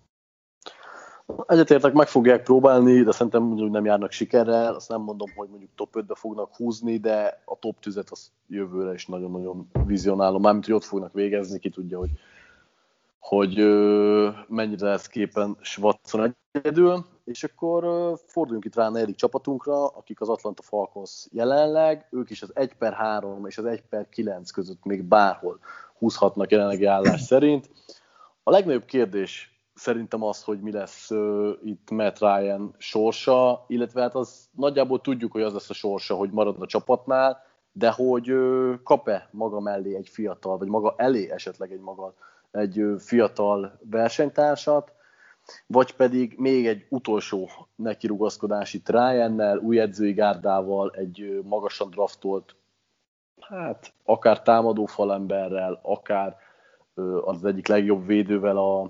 Egyetértek, meg fogják próbálni, de szerintem mondjuk nem járnak sikerrel. Azt nem mondom, hogy mondjuk top ötbe fognak húzni, de a top tízet az jövőre is nagyon-nagyon vizionálom. Mármint, hogy ott fognak végezni, ki tudja, hogy, hogy ö, mennyire lesz képen Watson egyedül. És akkor ö, forduljunk itt rá a negyedik csapatunkra, akik az Atlanta Falcons jelenleg. Ők is az egy per három és az egy per kilenc között még bárhol húzhatnak jelenlegi állás szerint. A legnagyobb kérdés szerintem az, hogy mi lesz uh, itt Matt Ryan sorsa, illetve hát az nagyjából tudjuk, hogy az lesz a sorsa, hogy marad a csapatnál, de hogy uh, kap-e maga mellé egy fiatal, vagy maga elé esetleg egy maga egy uh, fiatal versenytársat, vagy pedig még egy utolsó nekirugaszkodás itt Ryannel, új edzői gárdával, egy uh, magasan draftolt, hát akár támadó falemberrel, akár uh, az egyik legjobb védővel a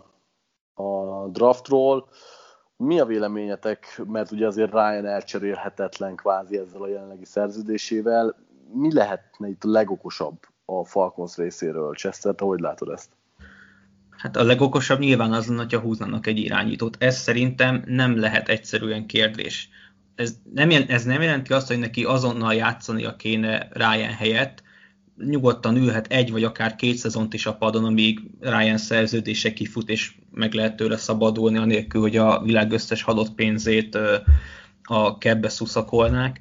a draftról. Mi a véleményetek, mert ugye azért Ryan elcserélhetetlen kvázi ezzel a jelenlegi szerződésével. Mi lehetne itt a legokosabb a Falcons részéről? Chester, te hogy látod ezt? Hát a legokosabb nyilván az lenne, hogyha húznának egy irányítót. Ez szerintem nem lehet egyszerűen kérdés. Ez nem, ez nem jelenti azt, hogy neki azonnal játszania kéne Ryan helyett. Nyugodtan ülhet egy vagy akár két szezont is a padon, amíg Ryan szerződése kifut, és meg lehet tőle szabadulni, anélkül, hogy a világ összes halott pénzét a kebbe szuszakolnák.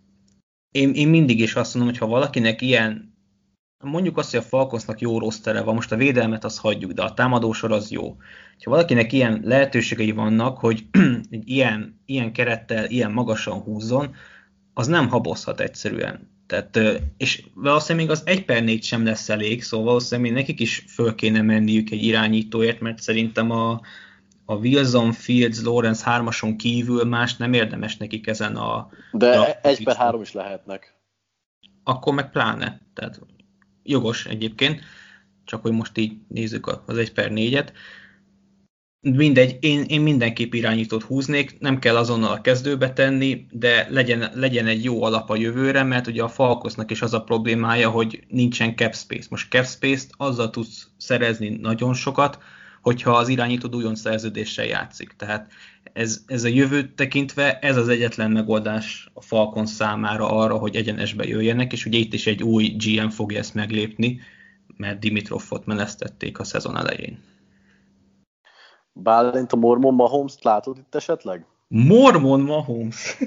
Én, én mindig is azt mondom, hogy ha valakinek ilyen, mondjuk azt, hogy a Falconsnak jó rosztere van, most a védelmet azt hagyjuk, de a támadósor az jó. Ha valakinek ilyen lehetőségei vannak, hogy egy ilyen, ilyen kerettel, ilyen magasan húzzon, az nem habozhat egyszerűen. Tehát, és valószínűleg még az egy per négy sem lesz elég, szóval valószínűleg nekik is föl kéne menniük egy irányítóért, mert szerintem a, a Wilson, Fields, Lawrence hármason kívül más nem érdemes nekik ezen a... De egy per három is lehetnek. Akkor meg pláne. Tehát jogos egyébként, csak hogy most így nézzük az egy per négyet. Mindegy, én, én mindenképp irányítót húznék, nem kell azonnal a kezdőbe tenni, de legyen, legyen egy jó alap a jövőre, mert ugye a Falconsnak is az a problémája, hogy nincsen cap space. Most cap space-t azzal tudsz szerezni nagyon sokat, hogyha az irányítód újon szerződéssel játszik. Tehát ez, ez a jövőt tekintve, ez az egyetlen megoldás a Falcons számára arra, hogy egyenesbe jöjjenek, és ugye itt is egy új gé em fogja ezt meglépni, mert Dimitrovot menesztették a szezon elején. Bálint a Mormon Mahomes-t látod itt esetleg? Mormon Mahomes?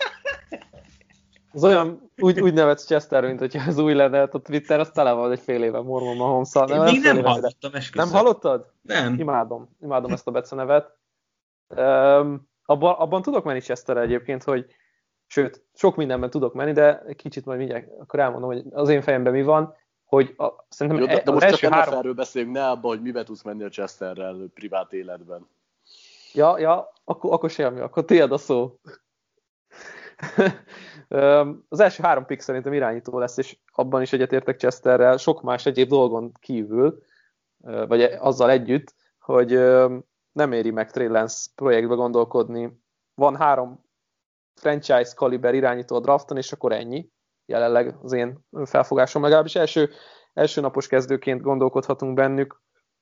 Az olyan, úgy, úgy nevetsz Chester, mint hogyha az új lenne, a Twitter, az tele van egy fél éve Mormon Mahomes-szal. Nem, még nem hallottam, esküszöm. Nem hallottad? Nem. Imádom, imádom ezt a becenevet. Um, abban, abban tudok menni Chester egyébként, hogy sőt, sok mindenben tudok menni, de kicsit majd mindjárt akkor elmondom, hogy az én fejemben mi van, hogy a, szerintem Jó, de, de az most csak három... erről beszélünk, ne abban, hogy mivel tudsz menni a Chesterrel privát életben. Ja, ja, akkor, akkor semmi, akkor tiéd a szó. Az első három pick szerintem irányító lesz, és abban is egyetértek Chesterrel, sok más egyéb dolgon kívül. vagy azzal együtt, hogy nem éri meg Trey Lance projektbe gondolkodni. Van három franchise kaliber irányító a drafton, és akkor ennyi. Jelenleg az én felfogásom legalábbis első, első napos kezdőként gondolkodhatunk bennük,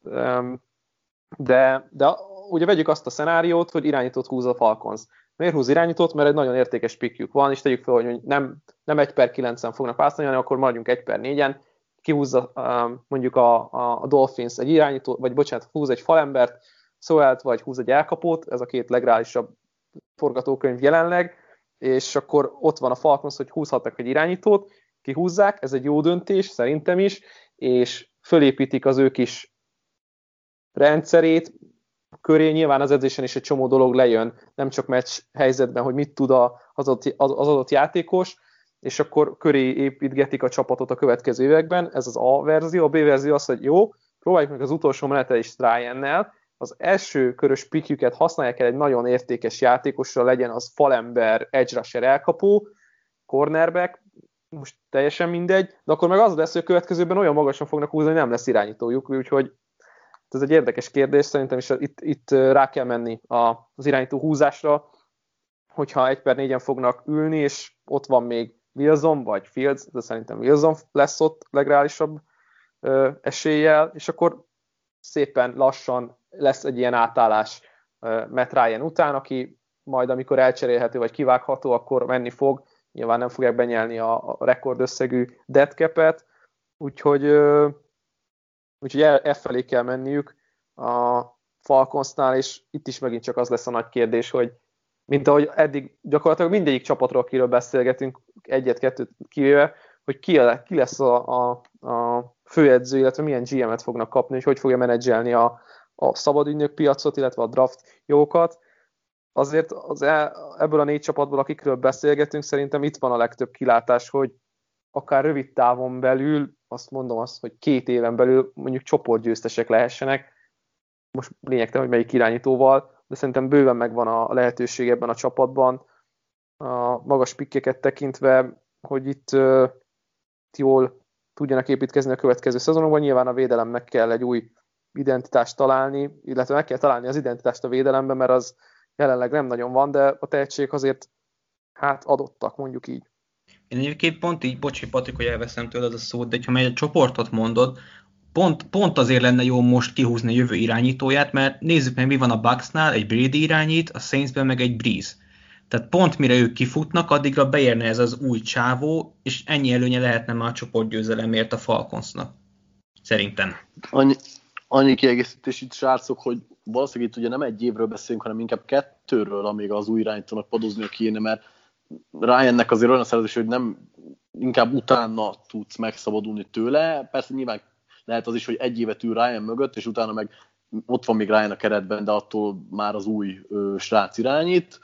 de, de ugye vegyük azt a szenáriót, hogy irányítót húz a Falcons. Miért húz irányítót? Mert egy nagyon értékes pickjük van, és tegyük fel, hogy nem, nem egy per kilencen fognak választani, hanem akkor maradjunk egy per négyen, kihúzza mondjuk a, a Dolphins egy irányító, vagy bocsánat, húz egy falembert, Sowell-t, vagy húz egy elkapót, ez a két legreálisabb forgatókönyv jelenleg, és akkor ott van a Falcons, hogy húzhatnak egy irányítót, kihúzzák, ez egy jó döntés, szerintem is, és fölépítik az ő kis rendszerét, köré nyilván az edzésen is egy csomó dolog lejön, nem csak meccs helyzetben, hogy mit tud az adott, az adott játékos, és akkor köré építgetik a csapatot a következő években, ez az A verzió, a B verzió az, hogy jó, próbáljuk meg az utolsó menetelést Ryannel, az első körös pickjüket használják el egy nagyon értékes játékosra, legyen az falember, edge rusher elkapó, cornerback, most teljesen mindegy, de akkor meg az lesz, hogy a következőben olyan magasan fognak húzni, hogy nem lesz irányítójuk, úgyhogy ez egy érdekes kérdés, szerintem is itt, itt rá kell menni az irányító húzásra, hogyha egy per négyen fognak ülni, és ott van még Wilson vagy Fields, de szerintem Wilson lesz ott legreálisabb ö, eséllyel, és akkor szépen lassan lesz egy ilyen átállás ö, Matt Ryan után, aki majd amikor elcserélhető vagy kivágható, akkor menni fog, nyilván nem fogják benyelni a, a rekordösszegű dead cap-et, úgyhogy ö, Úgyhogy e felé kell menniük a Falconsnál, és itt is megint csak az lesz a nagy kérdés, hogy mint ahogy eddig gyakorlatilag mindegyik csapatról, akiről beszélgetünk, egyet-kettőt kivéve, hogy ki, ki lesz a, a, a főedző, illetve milyen gé em-et fognak kapni, és hogy fogja menedzselni a, a szabadügynök piacot, illetve a draft jókat. Azért az e, ebből a négy csapatból, akikről beszélgetünk, szerintem itt van a legtöbb kilátás, hogy akár rövid távon belül, azt mondom azt, hogy két éven belül mondjuk csoportgyőztesek lehessenek, most lényegtelen, hogy melyik irányítóval, de szerintem bőven megvan a lehetőség ebben a csapatban, a magas pikkeket tekintve, hogy itt uh, jól tudjanak építkezni a következő szezonokban. Nyilván a védelemnek kell egy új identitást találni, illetve meg kell találni az identitást a védelemben, mert az jelenleg nem nagyon van, de a tehetség azért hát adottak, mondjuk így. Én egyébként pont így, bocsi Patrik, hogy elveszem tőled a szót, de ha egy csoportot mondod, pont, pont azért lenne jó most kihúzni a jövő irányítóját, mert nézzük meg, mi van a Bucksnál, egy Brady irányít, a Saintsben meg egy Breeze. Tehát pont mire ők kifutnak, addigra beérne ez az új csávó, és ennyi előnye lehetne már a csoportgyőzelemért a Falconsnak. Szerintem. Annyi, annyi kiegészítés itt, srácok, hogy valószínűleg itt ugye nem egy évről beszélünk, hanem inkább kettőről, amíg az új irányítónak padoznia kéne, mert Ryannek azért olyan szerződés, hogy nem inkább utána tudsz megszabadulni tőle. Persze nyilván lehet az is, hogy egy évet ül Ryan mögött, és utána meg ott van még Ryan a keretben, de attól már az új ö, srác irányít.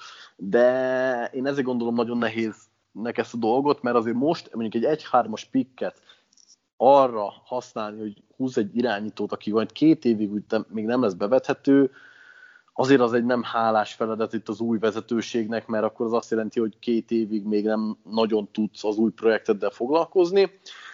De én ezért gondolom nagyon nehéznek ezt a dolgot, mert azért most mondjuk egy egy-hármas picket arra használni, hogy húz egy irányítót, aki majd két évig még nem lesz bevethető, azért az egy nem hálás feladat itt az új vezetőségnek, mert akkor az azt jelenti, hogy két évig még nem nagyon tudsz az új projekteddel foglalkozni.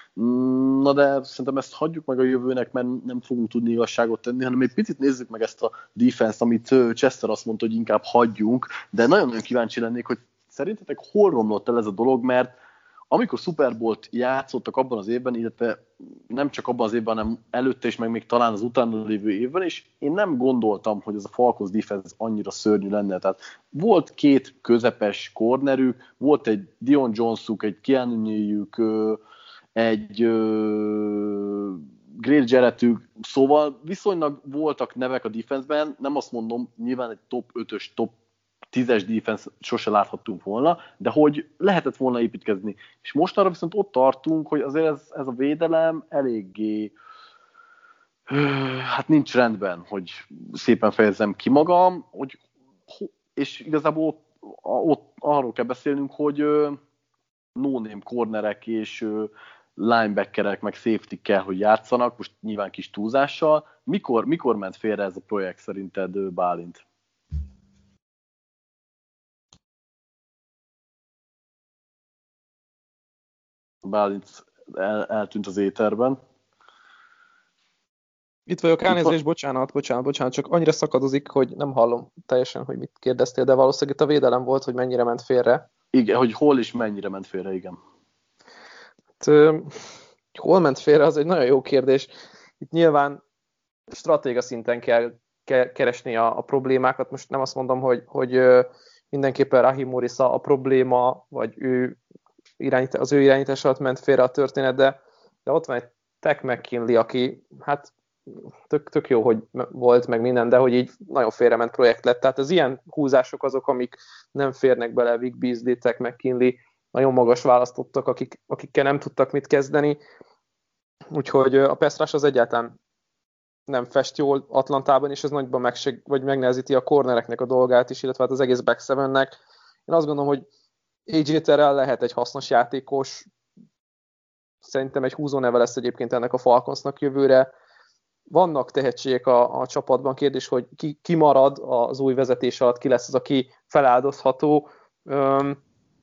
Na de szerintem ezt hagyjuk meg a jövőnek, mert nem fogunk tudni igazságot tenni, hanem egy picit nézzük meg ezt a defense-t, amit Chester azt mondta, hogy inkább hagyjunk, de nagyon-nagyon kíváncsi lennék, hogy szerintetek hol romlott el ez a dolog, mert amikor Super Bowl-t játszottak abban az évben, illetve nem csak abban az évben, hanem előtte is, meg még talán az utána lévő évben is, én nem gondoltam, hogy ez a Falcons defense annyira szörnyű lenne. Tehát volt két közepes cornerük, volt egy Dion Jonesuk, egy Keanu Neal-jük, egy Great Jarrettük, szóval viszonylag voltak nevek a defenseben, nem azt mondom, nyilván egy top ötös, top tízes defense sose láthattunk volna, de hogy lehetett volna építkezni. És mostanra viszont ott tartunk, hogy azért ez, ez a védelem eléggé hát nincs rendben, hogy szépen fejezzem ki magam, hogy, és igazából ott, ott arról kell beszélnünk, hogy no-name cornerek és linebackerek, meg safety kell, hogy játszanak, most nyilván kis túlzással. Mikor, mikor ment félre ez a projekt szerinted, Bálint? Bálint el, eltűnt az éterben. Itt vagyok, elnézést, bocsánat, bocsánat, bocsánat, csak annyira szakadozik, hogy nem hallom teljesen, hogy mit kérdeztél, de valószínűleg itt a védelem volt, hogy mennyire ment félre. Igen, hogy hol is mennyire ment félre, igen. Hát, hol ment félre, az egy nagyon jó kérdés. Itt nyilván stratéga szinten kell keresni a, a problémákat. Most nem azt mondom, hogy, hogy mindenképpen Raheem Morris a, a probléma, vagy ő irányít, az ő irányítás alatt ment félre a történet, de, de ott van egy Tech McKinley, aki hát tök, tök jó, hogy volt, meg minden, de hogy így nagyon félrement projekt lett. Tehát az ilyen húzások azok, amik nem férnek bele, Vic Beasley, Tech McKinley, nagyon magas választottak, akik, akikkel nem tudtak mit kezdeni. Úgyhogy a pass rush az egyáltalán nem fest jól Atlantában, és ez nagyban megseg, vagy megnehezíti a cornereknek a dolgát is, illetve hát az egész back sevennek. Én azt gondolom, hogy á jé Terrell lehet egy hasznos játékos, szerintem egy húzóneve lesz egyébként ennek a Falconsnak jövőre. Vannak tehetségek a, a csapatban, kérdés, hogy ki, ki marad az új vezetés alatt, ki lesz az, aki feláldozható. Üm,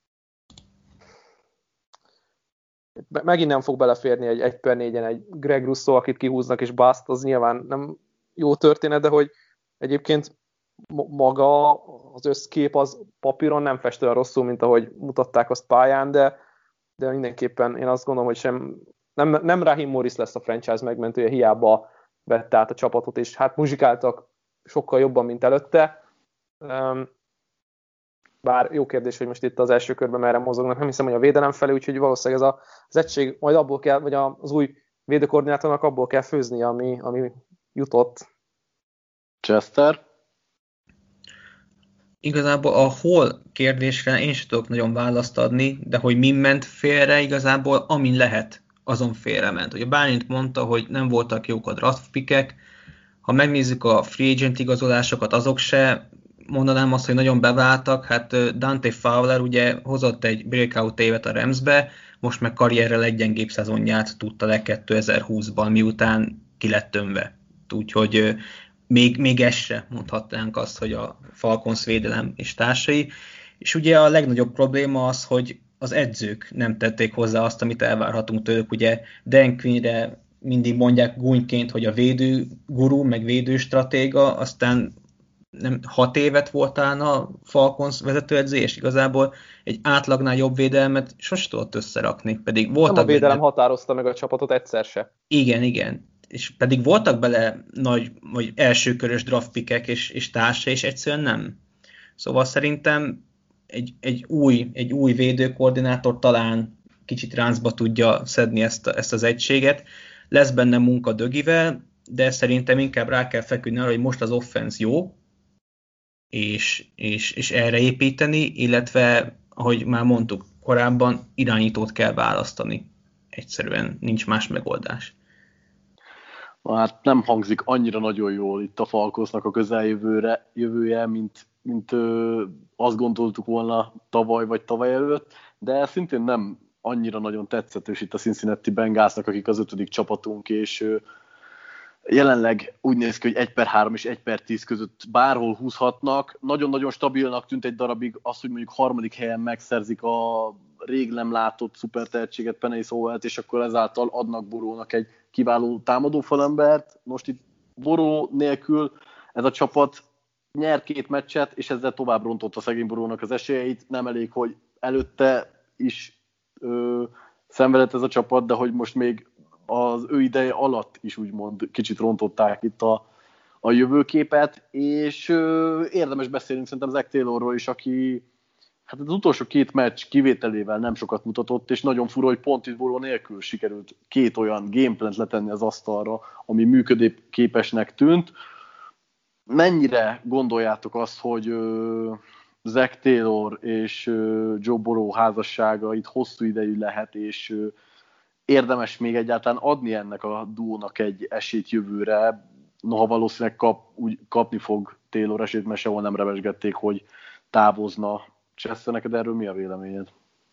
megint nem fog beleférni egy egy per négyen egy Greg Russo, akit kihúznak és bust, az nyilván nem jó történet, de hogy egyébként maga az összkép az papíron nem fest olyan rosszul, mint ahogy mutatták azt pályán, de, de mindenképpen én azt gondolom, hogy sem, nem, nem Raheem Morris lesz a franchise megmentője, hiába vette át a csapatot, és hát muzsikáltak sokkal jobban, mint előtte. Bár jó kérdés, hogy most itt az első körben merre mozognak, nem hiszem, hogy a védelem felé, úgyhogy valószínűleg ez a, az egység majd abból kell, vagy az új védőkoordinátornak abból kell főzni, ami, ami jutott. Chester? Igazából a hol kérdésre én sem tudok nagyon választ adni, de hogy mi ment félre, igazából amin lehet, azon félrement. Ugye Bálint mondta, hogy nem voltak jók a draft pickek, ha megnézzük a free agent igazolásokat, azok se mondanám azt, hogy nagyon beváltak. Hát Dante Fowler ugye hozott egy breakout évet a Ramsbe, most meg karrierrel leggyengébb szezonját tudta le kétezer-húszban, miután ki lett tömve. Úgyhogy még, még ez se mondhatnánk azt, hogy a Falcons védelem és társai. És ugye a legnagyobb probléma az, hogy az edzők nem tették hozzá azt, amit elvárhatunk tőlük. Ugye Dan Quinnre mindig mondják gúnyként, hogy a védő guru, meg védő stratéga, aztán nem hat évet volt talán a Falcons vezetőedző, és igazából egy átlagnál jobb védelmet sosem tudott összerakni. Pedig voltak nem a védelem benne... határozta meg a csapatot egyszer se. Igen, igen. És pedig voltak bele nagy, vagy elsőkörös draftpickek és, és társa, és egyszerűen nem. Szóval szerintem egy, egy, új, egy új védőkoordinátor talán kicsit ráncba tudja szedni ezt, a, ezt az egységet. Lesz benne munka Dögivel, de szerintem inkább rá kell feküdni arra, hogy most az offense jó, és, és, és erre építeni, illetve, ahogy már mondtuk korábban, irányítót kell választani. Egyszerűen nincs más megoldás. Hát nem hangzik annyira nagyon jól itt a Falconsnak a közeljövőre, jövője, mint, mint ö, azt gondoltuk volna tavaly vagy tavaly előtt, de szintén nem annyira nagyon tetszetős itt a Cincinnati Bengalsnak, akik az ötödik csapatunk, és ö, jelenleg úgy néz ki, hogy egy per három és egy per tíz között bárhol húzhatnak. Nagyon-nagyon stabilnak tűnt egy darabig az, hogy mondjuk harmadik helyen megszerzik a rég nem látott szupertehetséget, Penei Sewellt, és akkor ezáltal adnak Borónak egy kiváló támadófalembert. Most itt Boró nélkül ez a csapat nyer két meccset, és ezzel tovább rontott a szegény Borónak az esélyeit. Nem elég, hogy előtte is ö, szenvedett ez a csapat, de hogy most még az ő ideje alatt is úgymond kicsit rontották itt a, a jövőképet, és ö, érdemes beszélni szerintem Zach Taylorról is, aki hát az utolsó két meccs kivételével nem sokat mutatott, és nagyon fura, hogy pont itt Boró nélkül sikerült két olyan gameplant letenni az asztalra, ami működőképesnek tűnt. Mennyire gondoljátok azt, hogy ö, Zach Taylor és ö, Joe Burrow házassága itt hosszú idejű lehet, és ö, érdemes még egyáltalán adni ennek a duónak egy esélyt jövőre, noha valószínűleg kap, úgy, kapni fog Taylor esélyt, mert sehol nem revesgették, hogy távozna. Chester, neked erről mi a véleményed?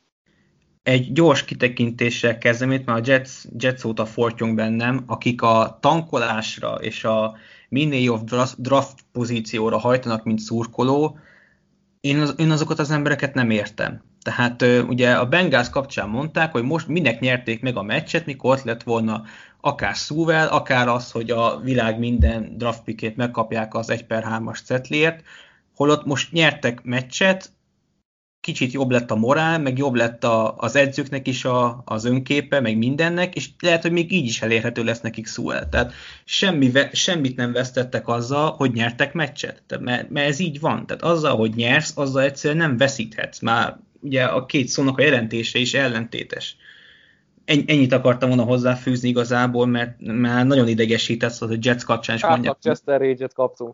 Egy gyors kitekintéssel kezdem itt, mert a Jets, Jets óta fortyong bennem, akik a tankolásra és a minél of draft pozícióra hajtanak, mint szurkoló, én, az, én azokat az embereket nem értem. Tehát ugye a Bengals kapcsán mondták, hogy most minek nyerték meg a meccset, mikor ott lett volna akár Sewell, akár az, hogy a világ minden draft pickét megkapják az egy per hármas cetliért, holott most nyertek meccset, kicsit jobb lett a morál, meg jobb lett a, az edzőknek is a, az önképe, meg mindennek, és lehet, hogy még így is elérhető lesz nekik Sewell. Tehát semmi, semmit nem vesztettek azzal, hogy nyertek meccset, tehát, mert, mert ez így van. Tehát azzal, hogy nyersz, azzal egyszerűen nem veszíthetsz. Már ugye a két szónak a jelentése is ellentétes. Ennyit akartam volna hozzáfűzni igazából, mert már nagyon idegesített, hogy a Jets kapcsán is mondják. Átlag Chester Rage-et kaptunk.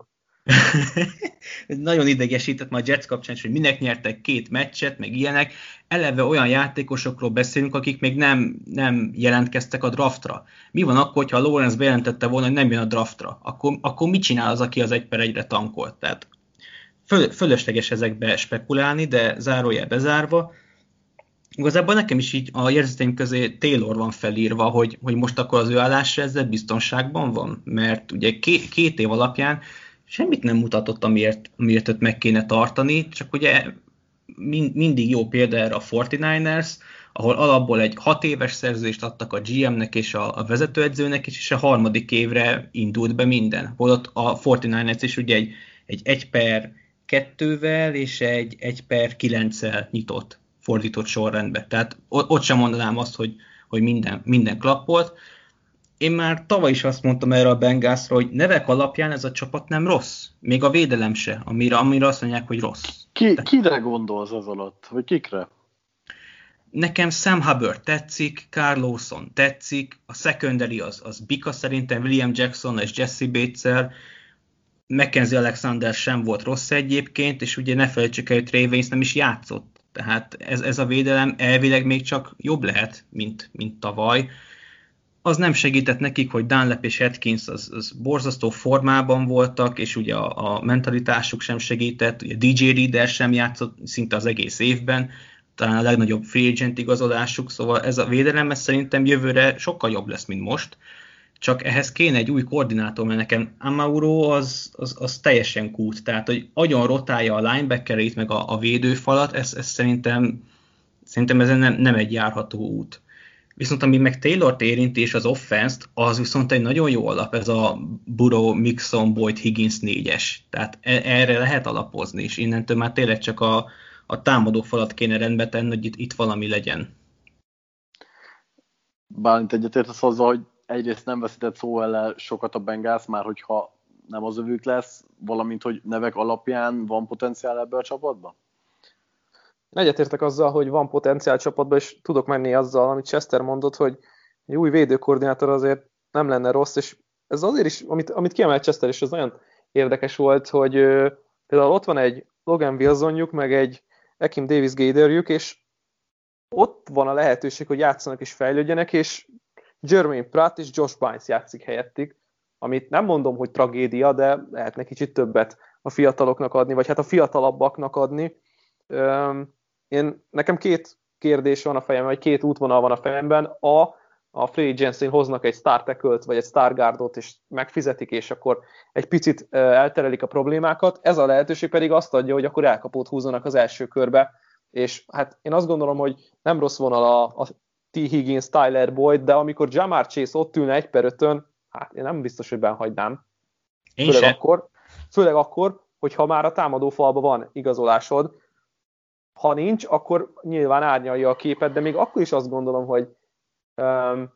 Nagyon idegesített már a Jets kapcsán, hogy minek nyertek két meccset, meg ilyenek. Eleve olyan játékosokról beszélünk, akik még nem, nem jelentkeztek a draftra. Mi van akkor, hogyha Lawrence bejelentette volna, hogy nem jön a draftra? Akkor, akkor mit csinál az, aki az egy per egyre tankolt? Tehát föl, fölösleges ezekbe spekulálni, de zárójel bezárva. Igazából nekem is így a jegyzeteim közé Taylor van felírva, hogy, hogy most akkor az ő állása ezzel biztonságban van, mert ugye két, két év alapján semmit nem mutatott, amiért, amiért őt meg kéne tartani, csak ugye mind, mindig jó példa erre a negyvenkilencesek, ahol alapból egy hat éves szerződést adtak a gé emnek és a, a vezetőedzőnek is, és a harmadik évre indult be minden. Holott a negyvenkilencesek is ugye egy, egy egy per kettővel és egy egy per kilenccel nyitott, fordított sorrendbe. Tehát ott sem mondanám azt, hogy, hogy minden, minden klappolt. Én már tavaly is azt mondtam erre a Bengalsra, hogy nevek alapján ez a csapat nem rossz. Még a védelem se, amire, amire azt mondják, hogy rossz. Ki, kire gondolsz az alatt? Vagy kikre? Nekem Sam Hubbard tetszik, Carl Lawson tetszik, a secondary az, az bika szerintem, William Jackson és Jesse Bates-el, Mackenzie Alexander sem volt rossz egyébként, és ugye ne felejtsük el, hogy Trey Waynes nem is játszott. Tehát ez, ez a védelem elvileg még csak jobb lehet, mint, mint tavaly. Az nem segített nekik, hogy Dunlap és Atkins az, az borzasztó formában voltak, és ugye a, a mentalitásuk sem segített, ugye dé jé Reader sem játszott szinte az egész évben, talán a legnagyobb free agent igazolásuk, szóval ez a védelem ez szerintem jövőre sokkal jobb lesz, mint most, csak ehhez kéne egy új koordinátor, mert nekem Amauro az, az, az teljesen kút, tehát hogy agyon rotálja a linebackerét, meg a, a védőfalat, ez, ez szerintem, szerintem ez nem, nem egy járható út. Viszont ami meg Taylort érinti és az offense-t, az viszont egy nagyon jó alap, ez a Burrow, Mixon, Boyd, Higgins négyes. Tehát erre lehet alapozni, és innentől már tényleg csak a, a támadó falat kéne rendbe tenni, hogy itt, itt valami legyen. Bálint egyetértesz azzal, hogy egyrészt nem veszített szó ellen sokat a Bengals, már hogyha nem az övük lesz, valamint, hogy nevek alapján van potenciál ebbe a csapatban? Egyetértek azzal, hogy van potenciál csapatban, és tudok menni azzal, amit Chester mondott, hogy egy új védőkoordinátor azért nem lenne rossz, és ez azért is, amit, amit kiemelt Chester, és ez nagyon érdekes volt, hogy ö, például ott van egy Logan Wilsonjuk, meg egy Akeem Davis Gaitherjük, és ott van a lehetőség, hogy játszanak és fejlődjenek, és Jermaine Pratt és Josh Bynes játszik helyettük, amit nem mondom, hogy tragédia, de lehetne kicsit többet a fiataloknak adni, vagy hát a fiatalabbaknak adni. Üm, Én, nekem két kérdés van a fejemben, vagy két útvonal van a fejemben. A, a free agency-n hoznak egy star tackle-t, vagy egy star guardot, és megfizetik, és akkor egy picit elterelik a problémákat. Ez a lehetőség pedig azt adja, hogy akkor elkapót húzzanak az első körbe, és hát én azt gondolom, hogy nem rossz vonal a, a T. Higgins, Tyler Boyd, de amikor Jamar Chase ott ülne egy per ötön, hát én nem biztos, hogy benhagynám. Én főleg sem. akkor, főleg akkor, hogyha már a támadó falban van igazolásod. Ha nincs, akkor nyilván árnyalja a képet, de még akkor is azt gondolom, hogy um,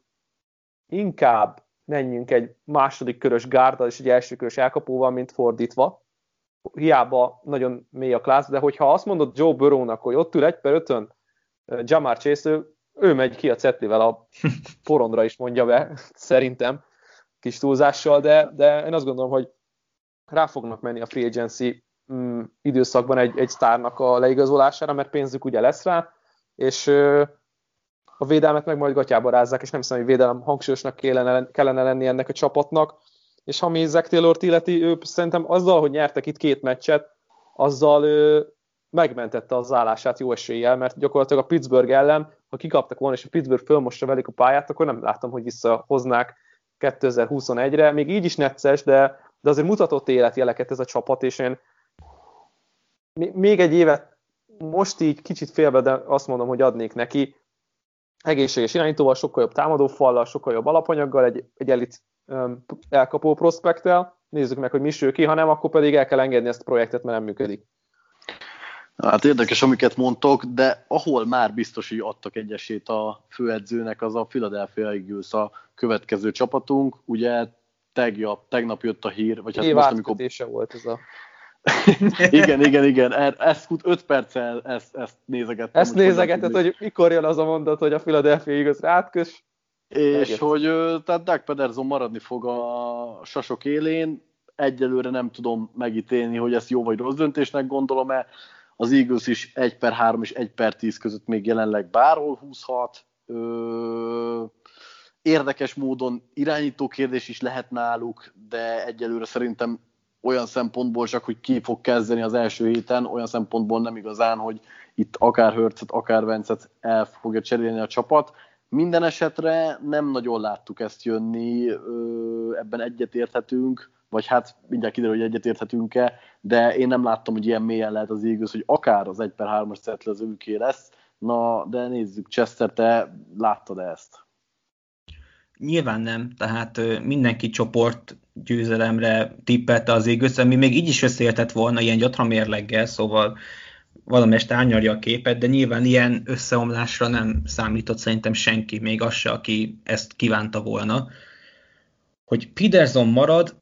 inkább menjünk egy második körös gárdal és egy első körös elkapóval, mint fordítva. Hiába nagyon mély a klász, de hogyha azt mondod Joe Burrownak, hogy ott ül egy per ötön uh, Jamar Chase, ő, ő megy ki a cetlivel a porondra is, mondja be, szerintem, kis túlzással, de, de én azt gondolom, hogy rá fognak menni a free agency mm, időszakban egy, egy sztárnak a leigazolására, mert pénzük ugye lesz rá, és ö, a védelmet meg majd gatyába rázzák, és nem hiszem, hogy védelem hangsúlyosnak kellene, kellene lenni ennek a csapatnak. És ha mi Zach Taylort illeti, ő szerintem azzal, hogy nyertek itt két meccset, azzal ö, megmentette az állását jó eséllyel, mert gyakorlatilag a Pittsburgh ellen, ha kikaptak volna, és a Pittsburgh fölmossa velük a pályát, akkor nem látom, hogy visszahoznák kétezer-huszonegyre. Még így is necces, de de azért mutatott életjeleket ez a csapat, és én még egy évet most így kicsit félbe, de azt mondom, hogy adnék neki. egészséges irányítóval, sokkal jobb támadófallal, sokkal jobb alapanyaggal, egy, egy elit um, elkapó prospekttel. Nézzük meg, hogy mi sül ki, ha nem, akkor pedig el kell engedni ezt a projektet, mert nem működik. Hát érdekes, amiket mondtok, de ahol már biztos, hogy adtak egy esélyt a főedzőnek, az a Philadelphia Eagles a következő csapatunk. Ugye tegnap, tegnap jött a hír, vagy hát most, amikor... volt ez a... igen, igen, igen. Ezt öt perccel ezt, ezt nézegettem. Ezt nézegetett, hogy mikor jön az a mondat, hogy a Philadelphia Eagles rátkös. És Eget. hogy tehát Doug Pederson maradni fog a sasok élén. Egyelőre nem tudom megítélni, hogy ezt jó vagy rossz döntésnek gondolom-e. Az Eagles is egy per három és egy per tíz között még jelenleg bárhol húzhat. Ö... Érdekes módon irányító kérdés is lehet náluk, de egyelőre szerintem olyan szempontból csak, hogy ki fog kezdeni az első héten, olyan szempontból nem igazán, hogy itt akár Hurtset, akár Vencet el fogja cserélni a csapat. Minden esetre nem nagyon láttuk ezt jönni, ebben egyetérthetünk, vagy hát mindjárt kiderül, hogy egyetérthetünk-e, de én nem láttam, hogy ilyen mélyen lehet az Eagles, hogy akár az egy per hármas szettle az őké lesz. Na, de nézzük, Chester, te láttad ezt? Nyilván nem, tehát mindenki csoport győzelemre tippelte az Eagles, ami még így is összeértett volna ilyen gyatramérleggel, szóval valamelyest árnyalja a képet, de nyilván ilyen összeomlásra nem számított szerintem senki, még az se, aki ezt kívánta volna. Hogy Pederson marad,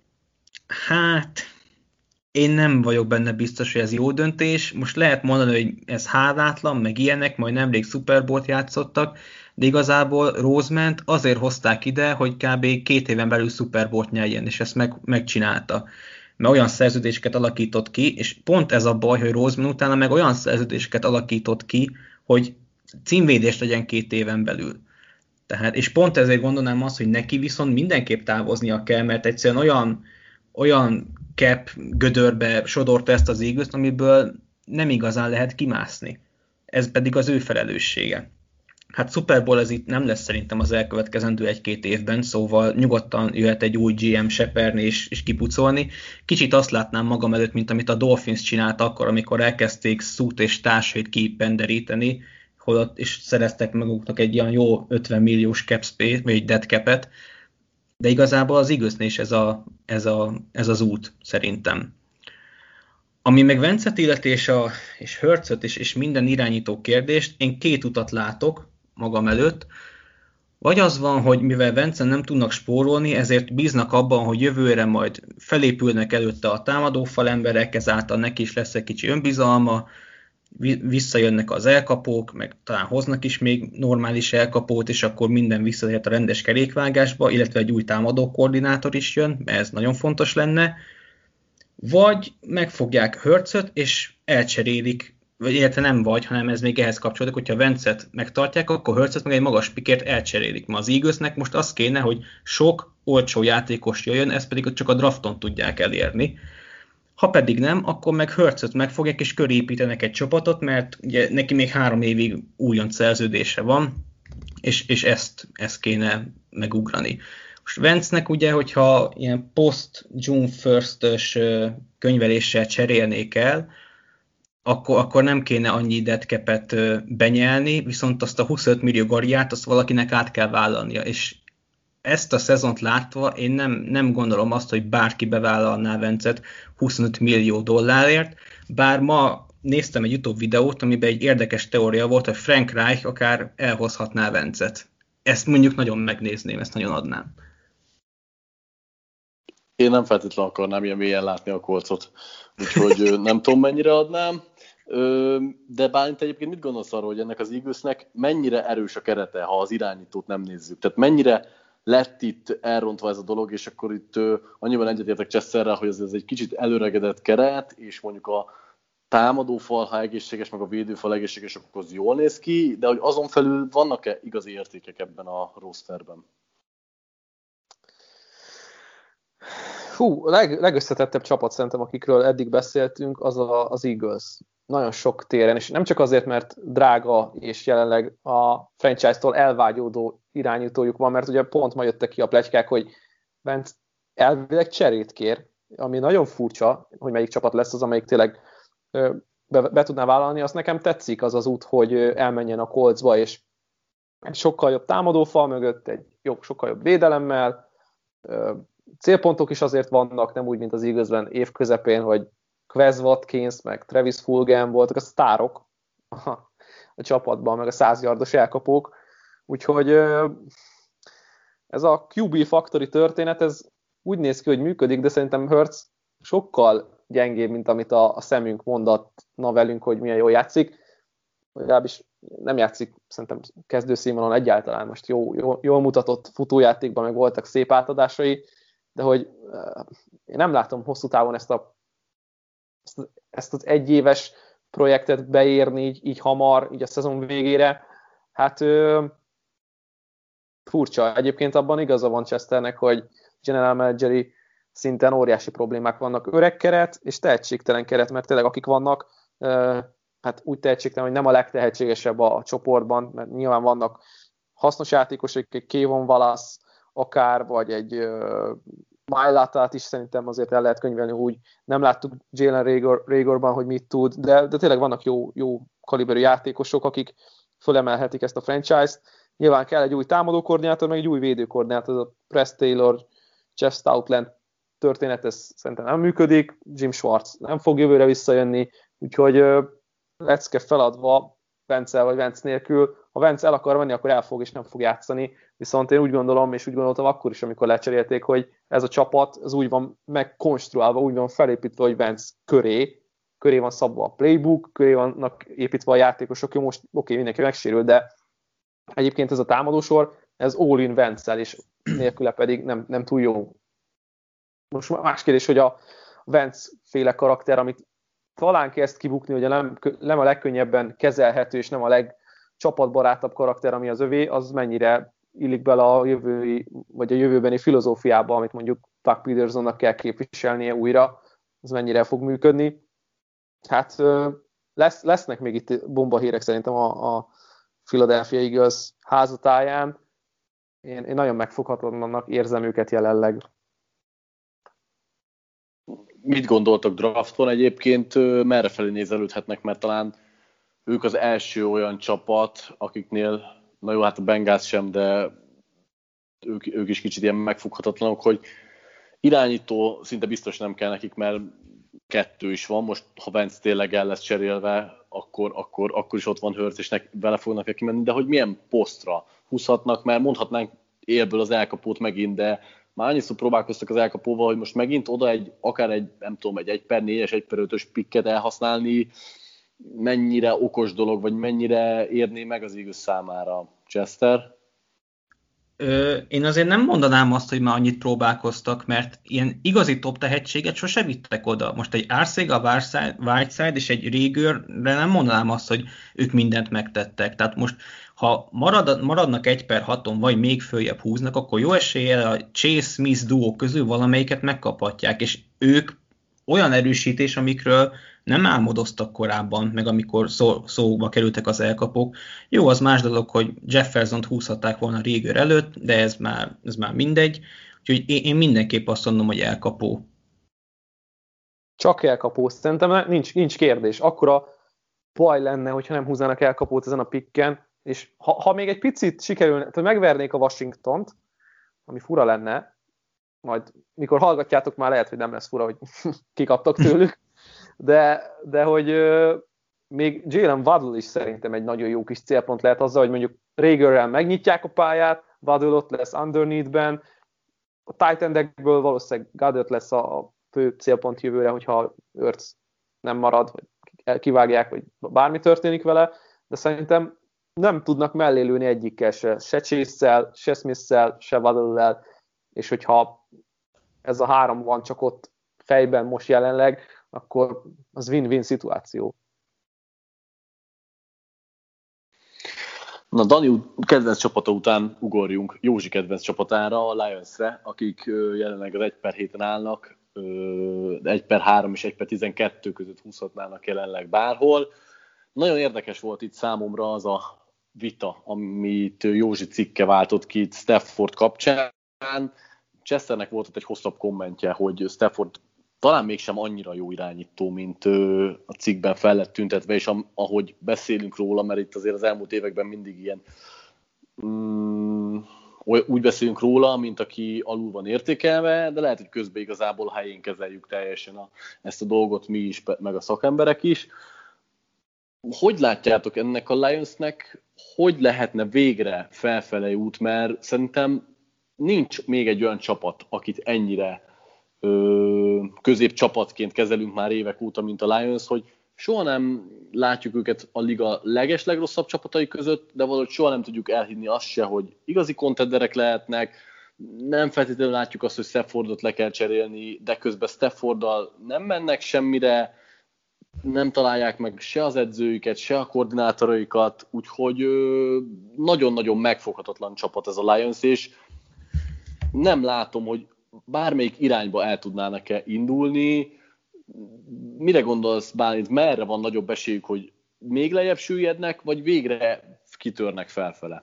hát én nem vagyok benne biztos, hogy ez jó döntés. Most lehet mondani, hogy ez hálátlan, meg ilyenek, majd nemrég Super Bowl-t játszottak, de igazából Rosemont azért hozták ide, hogy kb. két éven belül Super Bowl-t nyerjen, és ezt meg, megcsinálta. Mert olyan szerződéseket alakított ki, és pont ez a baj, hogy Rosemont utána meg olyan szerződéseket alakított ki, hogy címvédés legyen két éven belül. Tehát, és pont ezért gondolnám azt, hogy neki viszont mindenképp távoznia kell, mert egyszerűen olyan, olyan cap gödörbe sodorta ezt az Eagles-t, amiből nem igazán lehet kimászni. Ez pedig az ő felelőssége. Hát Super Bowl ez itt nem lesz szerintem az elkövetkezendő egy-két évben, szóval nyugodtan jöhet egy új gé em seperni és, és kipucolni. Kicsit azt látnám magam előtt, mint amit a Dolphins csinált akkor, amikor elkezdték Sut és társait kipenderíteni, holott és szereztek maguknak egy ilyen jó ötven milliós cap space, vagy egy dead capet, de igazából az Eaglesnél is ez, a, ez, a, ez az út szerintem. Ami meg Vencet illeti és, a, és Hurtset és, és minden irányító kérdést, én két utat látok magam előtt. Vagy az van, hogy mivel Vencen nem tudnak spórolni, ezért bíznak abban, hogy jövőre majd felépülnek előtte a támadófal emberek, ezáltal neki is lesz egy kicsi önbizalma, visszajönnek az elkapók, meg talán hoznak is még normális elkapót, és akkor minden visszatérhet a rendes kerékvágásba, illetve egy új támadó koordinátor is jön, mert ez nagyon fontos lenne. Vagy megfogják Hurtset, és elcserélik, vagy illetve nem vagy, hanem ez még ehhez kapcsolódik, hogyha Vencet megtartják, akkor Hurtset meg egy magas pikért elcserélik. Ma az Eaglesnek most az kéne, hogy sok olcsó játékos jöjjön, ezt pedig csak a drafton tudják elérni. Ha pedig nem, akkor meg Hurtset megfogják, és köré építenek egy csapatot, mert ugye neki még három évig újonc szerződése van, és, és ezt, ezt kéne megugrani. Most Vencnek ugye, hogyha ilyen post-June first-ös könyveléssel cserélnék el, akkor, akkor nem kéne annyi dead capet benyelni, viszont azt a huszonöt millió garját, azt valakinek át kell vállalnia, és ezt a szezont látva én nem, nem gondolom azt, hogy bárki bevállalná Vencet huszonöt millió dollárért, bár ma néztem egy YouTube videót, amiben egy érdekes teória volt, hogy Frank Reich akár elhozhatná Vencet. Ezt mondjuk nagyon megnézném, ezt nagyon adnám. Én nem feltétlenül akarnám ilyen mélyen látni a Coltsot, úgyhogy nem tudom, mennyire adnám. De Bálint, egyébként mit gondolsz arról, hogy ennek az Eaglesnek mennyire erős a kerete, ha az irányítót nem nézzük? Tehát mennyire lett itt elrontva ez a dolog, és akkor itt annyiban egyetértek Chesterrel, hogy ez, ez egy kicsit előregedett keret, és mondjuk a támadófal, ha egészséges, meg a védőfal egészséges, akkor az jól néz ki, de hogy azon felül vannak-e igazi értékek ebben a rosterben? Hú, a leg, legösszetettebb csapat szerintem, akikről eddig beszéltünk, az a, az Eagles. Nagyon sok téren, és nem csak azért, mert drága, és jelenleg a franchise-tól elvágyódó irányítójuk van, mert ugye pont ma jöttek ki a pletykák, hogy Bent elvileg cserét kér, ami nagyon furcsa, hogy melyik csapat lesz az, amelyik tényleg be, be tudná vállalni. Azt nekem tetszik az az út, hogy elmenjen a Coltsba, és egy sokkal jobb támadófal mögött, egy jobb, sokkal jobb védelemmel, célpontok is azért vannak, nem úgy, mint az Eaglesben év közepén, hogy Quez Watkins, meg Travis Fulgham voltak a sztárok a, a csapatban, meg a száz yardos elkapók, úgyhogy ez a kú bé Factory történet, ez úgy néz ki, hogy működik, de szerintem Hurts sokkal gyengébb, mint amit a, a szemünk mondatna velünk, hogy milyen jól játszik. Legalábbis nem játszik, szerintem kezdőszínvonalon egyáltalán. Most jó, jó, jól mutatott futójátékban, meg voltak szép átadásai, de hogy uh, én nem látom hosszú távon ezt, a, ezt, ezt az egyéves projektet beérni így, így hamar, így a szezon végére. Hát uh, furcsa. Egyébként abban igaza van Chesternek, hogy general manageri szinten óriási problémák vannak. Öreg keret és tehetségtelen keret, mert tényleg akik vannak, uh, hát úgy tehetségtelen, hogy nem a legtehetségesebb a, a csoportban, mert nyilván vannak hasznos játékosok, egy Kayvon Wallace akár, vagy egy uh, Mailatát is szerintem azért el lehet könyvelni úgy. Nem láttuk Jalen Reagor, Reagorban, hogy mit tud, de, de tényleg vannak jó, jó kaliberű játékosok, akik fölemelhetik ezt a franchise-t. Nyilván kell egy új támadókoordinátor, meg egy új védőkoordinátor. A Press Taylor, Jeff Stoutland történet, ez szerintem nem működik. Jim Schwartz nem fog jövőre visszajönni, úgyhogy uh, lecke feladva Vance-el vagy Vance nélkül. Ha Vance el akar menni, akkor el fog és nem fog játszani. Viszont én úgy gondolom, és úgy gondoltam akkor is, amikor lecserélték, hogy ez a csapat az úgy van megkonstruálva, úgy van felépítve, hogy Vance köré, köré van szabva a playbook, köré vannak építve a játékosok. Jó, most oké, okay, mindenki megsérül, de egyébként ez a támadósor, ez all-in Vance-el, és nélküle pedig nem, nem túl jó. Most más kérdés, hogy a Vance féle karakter, amit talán kezd kibukni, hogy a nem, nem a legkönnyebben kezelhető, és nem a legcsapatbarátabb karakter, ami az övé, az mennyire illik bele a jövői, vagy a jövőbeni filozófiába, amit mondjuk Doug Petersonnak kell képviselnie újra, az mennyire fog működni. Hát lesz, lesznek még itt bombahírek szerintem a, a Philadelphia Eagles házatáján. Én, én nagyon megfoghatatlannak érzem őket jelenleg. Mit gondoltak drafton egyébként, merre felé nézelődhetnek, mert talán ők az első olyan csapat, akiknél, na jó, hát a Bengals sem, de ők, ők is kicsit ilyen megfoghatatlanok, hogy irányító szinte biztos nem kell nekik, mert kettő is van, most ha Vance tényleg el lesz cserélve, akkor, akkor, akkor is ott van Hurts, és nek, vele fognak neki menni, de hogy milyen posztra húzhatnak, mert mondhatnánk élből az elkapót megint, de már annyiszor próbálkoztak az elkapóval, hogy most megint oda egy, akár egy, nem tudom, egy egy per négyes, egy per ötös pikket elhasználni, mennyire okos dolog, vagy mennyire érné meg az Eagles számára, Chester? Ö, én azért nem mondanám azt, hogy már annyit próbálkoztak, mert ilyen igazi top tehetséget sose vittek oda. Most egy Arcega, Whiteside és egy Reagorre nem mondanám azt, hogy ők mindent megtettek. Tehát most, ha marad, maradnak egy per haton, vagy még följebb húznak, akkor jó eséllyel a Chase-Smith duó közül valamelyiket megkaphatják, és ők olyan erősítés, amikről nem álmodoztak korábban, meg amikor szó, szóba kerültek az elkapók. Jó, az más dolog, hogy Jeffersont húzhatták volna Reagor előtt, de ez már, ez már mindegy. Úgyhogy én, én mindenképp azt mondom, hogy elkapó. Csak elkapó. Szerintem nincs, nincs kérdés. Akkora baj lenne, hogyha nem húznának elkapót ezen a pikken, és ha, ha még egy picit sikerülne, tehát megvernék a Washingtont, ami fura lenne, majd mikor hallgatjátok, már lehet, hogy nem lesz fura, hogy kikaptak tőlük, de, de hogy euh, még Jalen Waddle is szerintem egy nagyon jó kis célpont lehet azzal, hogy mondjuk Reagorrel megnyitják a pályát, Waddle ott lesz underneath-ben, a tight endekből valószínűleg Goddard lesz a fő célpont jövőre, hogyha Hurts nem marad, vagy kivágják, vagy bármi történik vele, de szerintem nem tudnak mellélőni egyikkel se, se Chase-szel, se Smith-szel, se Waddle-lel, és hogyha ez a három van csak ott fejben most jelenleg, akkor az win-win szituáció. Na, Dani kedvenc csapata után ugorjunk Józsi kedvenc csapatára, a Lionsre, akik jelenleg az egy per héten állnak, egy per három és egy per tizenkettő között húzhatnának jelenleg bárhol. Nagyon érdekes volt itt számomra az a vita, amit Józsi cikke váltott ki itt Stafford kapcsán. Chesternek volt ott egy hosszabb kommentje, hogy Stafford talán mégsem annyira jó irányító, mint a cikkben fel lett tüntetve, és ahogy beszélünk róla, mert itt azért az elmúlt években mindig ilyen mm, úgy beszélünk róla, mint aki alul van értékelve, de lehet, hogy közben igazából helyén kezeljük teljesen a, ezt a dolgot mi is, meg a szakemberek is. Hogy látjátok ennek a Lionsnek, hogy lehetne végre felfelé út, mert szerintem nincs még egy olyan csapat, akit ennyire ö, középcsapatként kezelünk már évek óta, mint a Lions, hogy soha nem látjuk őket a liga legeslegrosszabb csapatai között, de valahogy soha nem tudjuk elhinni azt se, hogy igazi contenderek lehetnek, nem feltétlenül látjuk azt, hogy Staffordot le kell cserélni, de közben Stafforddal nem mennek semmire, nem találják meg se az edzőiket, se a koordinátoraikat, úgyhogy ö, nagyon-nagyon megfoghatatlan csapat ez a Lions, és nem látom, hogy bármelyik irányba el tudnának-e indulni. Mire gondolsz, Bálint, merre van nagyobb esélyük, hogy még lejjebb süllyednek, vagy végre kitörnek felfele?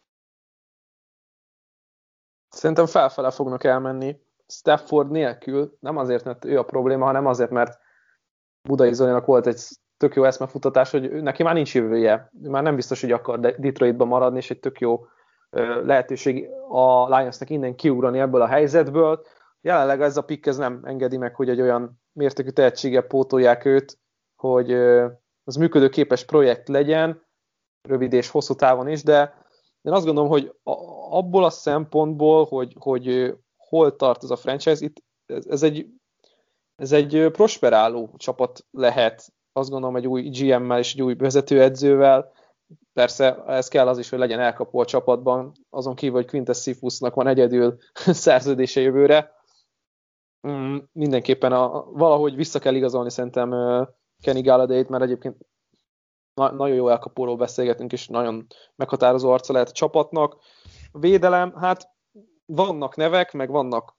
Szerintem felfele fognak elmenni. Stafford nélkül, nem azért, mert ő a probléma, hanem azért, mert Budai Zolinak volt egy tök jó eszmefutatás, hogy neki már nincs jövője. Már nem biztos, hogy akar Detroitban maradni, és egy tök jó lehetőség a Lionsnek innen kiugrani ebből a helyzetből. Jelenleg ez a pick ez nem engedi meg, hogy egy olyan mértékű tehetséggel pótolják őt, hogy az működőképes projekt legyen, rövid és hosszú távon is, de én azt gondolom, hogy abból a szempontból, hogy, hogy hol tart ez a franchise, itt ez egy, ez egy prosperáló csapat lehet, azt gondolom, egy új gé em-mel és egy új vezetőedzővel. Persze ez kell az is, hogy legyen elkapó a csapatban, azon kívül, hogy Quintez Cephusnak van egyedül szerződése jövőre. Mm, mindenképpen a, valahogy vissza kell igazolni szerintem uh, Kenny Galladayt, mert egyébként na- nagyon jó elkapóról beszélgetünk, és nagyon meghatározó arca lehet a csapatnak. A védelem, hát vannak nevek, meg vannak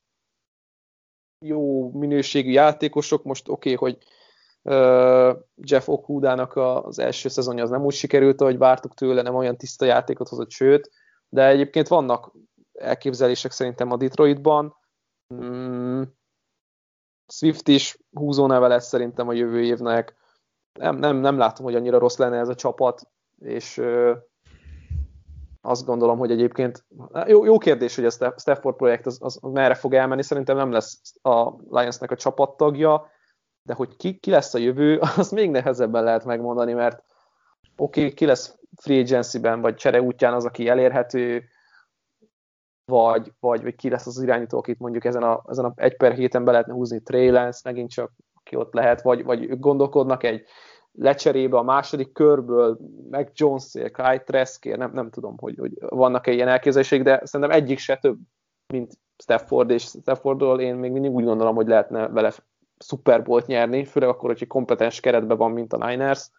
jó minőségű játékosok, most oké, okay, hogy uh, Jeff Okudának az első szezonja az nem úgy sikerült, ahogy vártuk tőle, nem olyan tiszta játékot hozott, sőt, de egyébként vannak elképzelések szerintem a Detroitban. Mm, Swift is húzóneve lesz szerintem a jövő évnek. Nem, nem, nem látom, hogy annyira rossz lenne ez a csapat, és ö, azt gondolom, hogy egyébként jó, jó kérdés, hogy a Stafford projekt az, az merre fog elmenni. Szerintem nem lesz a Lionsnek a csapattagja, de hogy ki, ki lesz a jövő, azt még nehezebben lehet megmondani, mert oké, okay, ki lesz free agency-ben, vagy csere útján az, aki elérhető, vagy, vagy, vagy ki lesz az irányító, akit mondjuk ezen a, ezen a egy per héten be lehetne húzni, Trey Lance, megint csak ki ott lehet, vagy, vagy gondolkodnak egy lecserébe a második körből, meg Jones-ér, Clyde Trask-ér, nem, nem tudom, hogy, hogy vannak-e ilyen elképzelések, de szerintem egyik se több, mint Stafford, és Staffordról én még mindig úgy gondolom, hogy lehetne vele Super Bowl-t nyerni, főleg akkor, hogy kompetens keretben van, mint a Niners.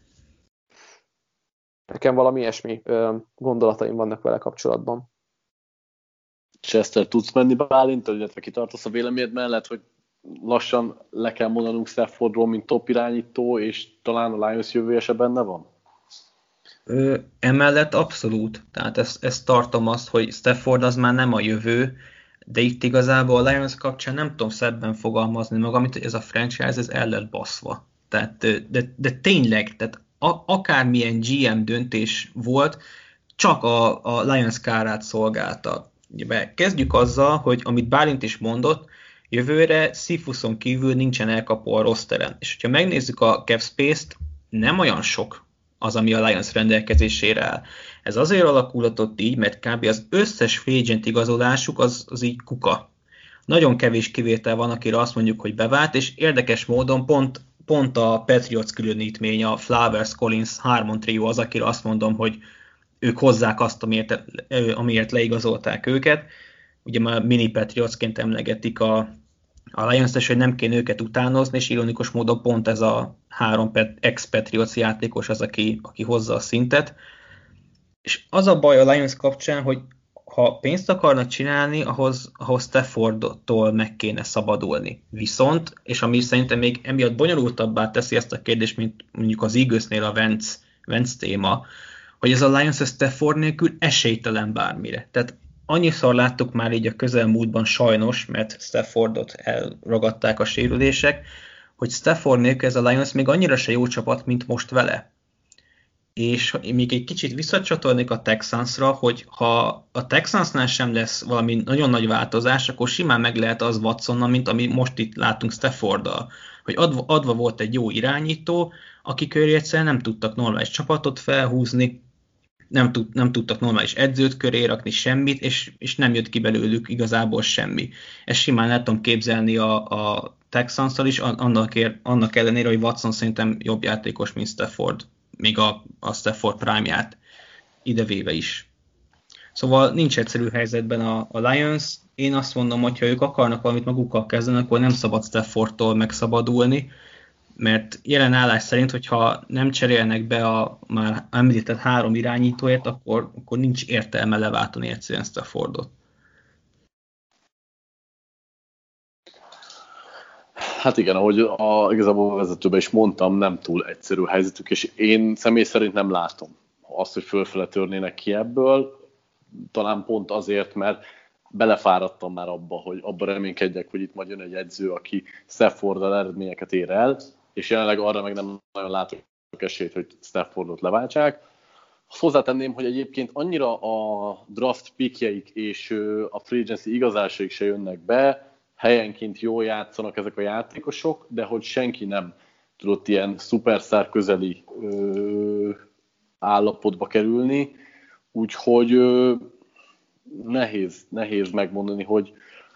Nekem valami ilyesmi ö, gondolataim vannak vele kapcsolatban. Chester, tudsz menni Bálintól, illetve kitartasz a véleményed mellett, hogy lassan le kell mondanunk Staffordról, mint top irányító, és talán a Lions jövője se benne van? Ö, emellett abszolút. Tehát ezt, ezt tartom azt, hogy Stafford az már nem a jövő, de itt igazából a Lions kapcsán nem tudom szebben fogalmazni magam, hogy ez a franchise ez el lett baszva. Tehát, de, de tényleg, tehát a, akármilyen gé em döntés volt, csak a, a Lions kárát szolgálta. Ugye, kezdjük azzal, hogy amit Bálint is mondott, jövőre Cephus-on kívül nincsen elkapó a rosteren. És hogyha megnézzük a cap space-t, nem olyan sok az, ami a Lions rendelkezésére áll. Ez azért alakulhatott így, mert kb. Az összes free agent igazolásuk az, az így kuka. Nagyon kevés kivétel van, akire azt mondjuk, hogy bevált, és érdekes módon pont, pont a Patriots különítmény, a Flowers, Collins, Harmon trió az, akire azt mondom, hogy ők hozzák azt, amiért, amiért leigazolták őket. Ugye már mini Patriotsként emlegetik a, a Lions-t, hogy nem kéne őket utánozni, és ironikus módon pont ez a három ex-Patriots játékos az, aki, aki hozza a szintet. És az a baj a Lions kapcsán, hogy ha pénzt akarnak csinálni, ahhoz, ahhoz Staffordtól meg kéne szabadulni. Viszont, és ami szerintem még emiatt bonyolultabbá teszi ezt a kérdést, mint mondjuk az Eaglesnél a Wentz, Wentz téma, hogy ez a Lions a Stafford nélkül esélytelen bármire. Tehát annyiszor láttuk már így a közelmúltban sajnos, mert Staffordot elragadták a sérülések, hogy Stafford nélkül ez a Lions még annyira se jó csapat, mint most vele. és még egy kicsit visszacsatolnék a Texansra, hogy ha a Texansnál sem lesz valami nagyon nagy változás, akkor simán meg lehet az Watsonnal, mint ami most itt látunk Stafforddal, hogy adva, adva volt egy jó irányító, aki köré egyszerűen nem tudtak normális csapatot felhúzni, nem, tud, nem tudtak normális edzőt köré rakni semmit, és, és nem jött ki belőlük igazából semmi. Ezt simán el tudom képzelni a, a Texanszal is, annak, ér, annak ellenére, hogy Watson szerintem jobb játékos, mint Stafford, még a, a Stafford Prime-ját idevéve is. Szóval nincs egyszerű helyzetben a, a Lions. Én azt mondom, hogy ha ők akarnak valamit magukkal kezdeni, akkor nem szabad Staffordtól megszabadulni, mert jelen állás szerint, hogyha nem cserélnek be a már említett három irányítóért, akkor, akkor nincs értelme leváltani egyszerűen Staffordot. Hát igen, ahogy a, igazából a vezetőben is mondtam, nem túl egyszerű helyzetük, és én személy szerint nem látom azt, hogy fölfele törnének ki ebből, talán pont azért, mert belefáradtam már abba, hogy abba reménykedjek, hogy itt majd jön egy edző, aki Stafforddal eredményeket ér el, és jelenleg arra meg nem nagyon látok esélyt, hogy Staffordot leváltsák. Azt hozzátenném, hogy egyébként annyira a draft pickjeik és a free agency igazásaik se jönnek be, helyenként jól játszanak ezek a játékosok, de hogy senki nem tudott ilyen szupersztár közeli ö, állapotba kerülni, úgyhogy ö, nehéz, nehéz megmondani, hogy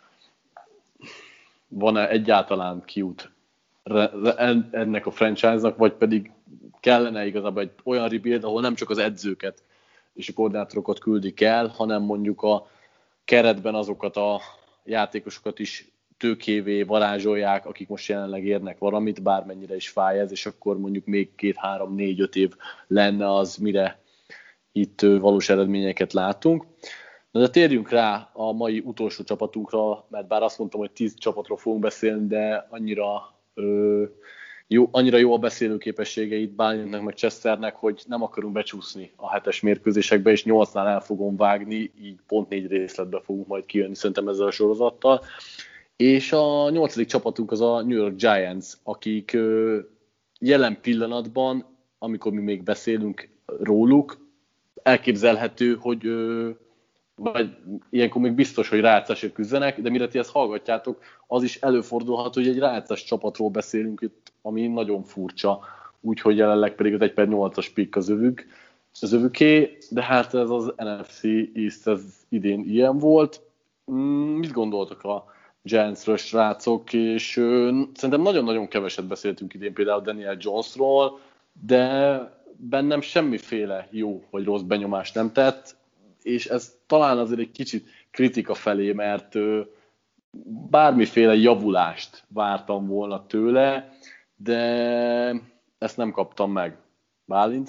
van-e egyáltalán kiút ennek a franchise-nak, vagy pedig kellene igazából egy olyan rebuild, ahol nem csak az edzőket és a koordinátorokat küldik el, hanem mondjuk a keretben azokat a játékosokat is tőkévé varázsolják, akik most jelenleg érnek valamit, bármennyire is fáj ez, és akkor mondjuk még két, három, négy, öt év lenne az, mire itt valós eredményeket látunk. Na de térjünk rá a mai utolsó csapatunkra, mert bár azt mondtam, hogy tíz csapatról fogunk beszélni, de annyira, ö, jó, annyira jó a beszélőképessége itt Bálintnak meg Chesternek, hogy nem akarunk becsúszni a hetes mérkőzésekbe, és nyolcnál el fogom vágni, így pont négy részletbe fogunk majd kijönni szerintem ezzel a sorozattal. És a nyolcadik csapatunk az a New York Giants, akik ö, jelen pillanatban, amikor mi még beszélünk róluk, elképzelhető, hogy ö, vagy ilyenkor még biztos, hogy rájátszásért küzdenek, de mire ti ezt hallgatjátok, az is előfordulhat, hogy egy rájátszás csapatról beszélünk itt, ami nagyon furcsa, úgyhogy jelenleg pedig az egy per nyolcas pick az övük, az övüké, de hát ez az en ef cé East ez idén ilyen volt. Mit gondoltak a Giantsről, srácok, és ö, szerintem nagyon-nagyon keveset beszéltünk idén például Daniel Jonesról, de bennem semmiféle jó vagy rossz benyomást nem tett, és ez talán azért egy kicsit kritika felé, mert ö, bármiféle javulást vártam volna tőle, de ezt nem kaptam meg. Bálint?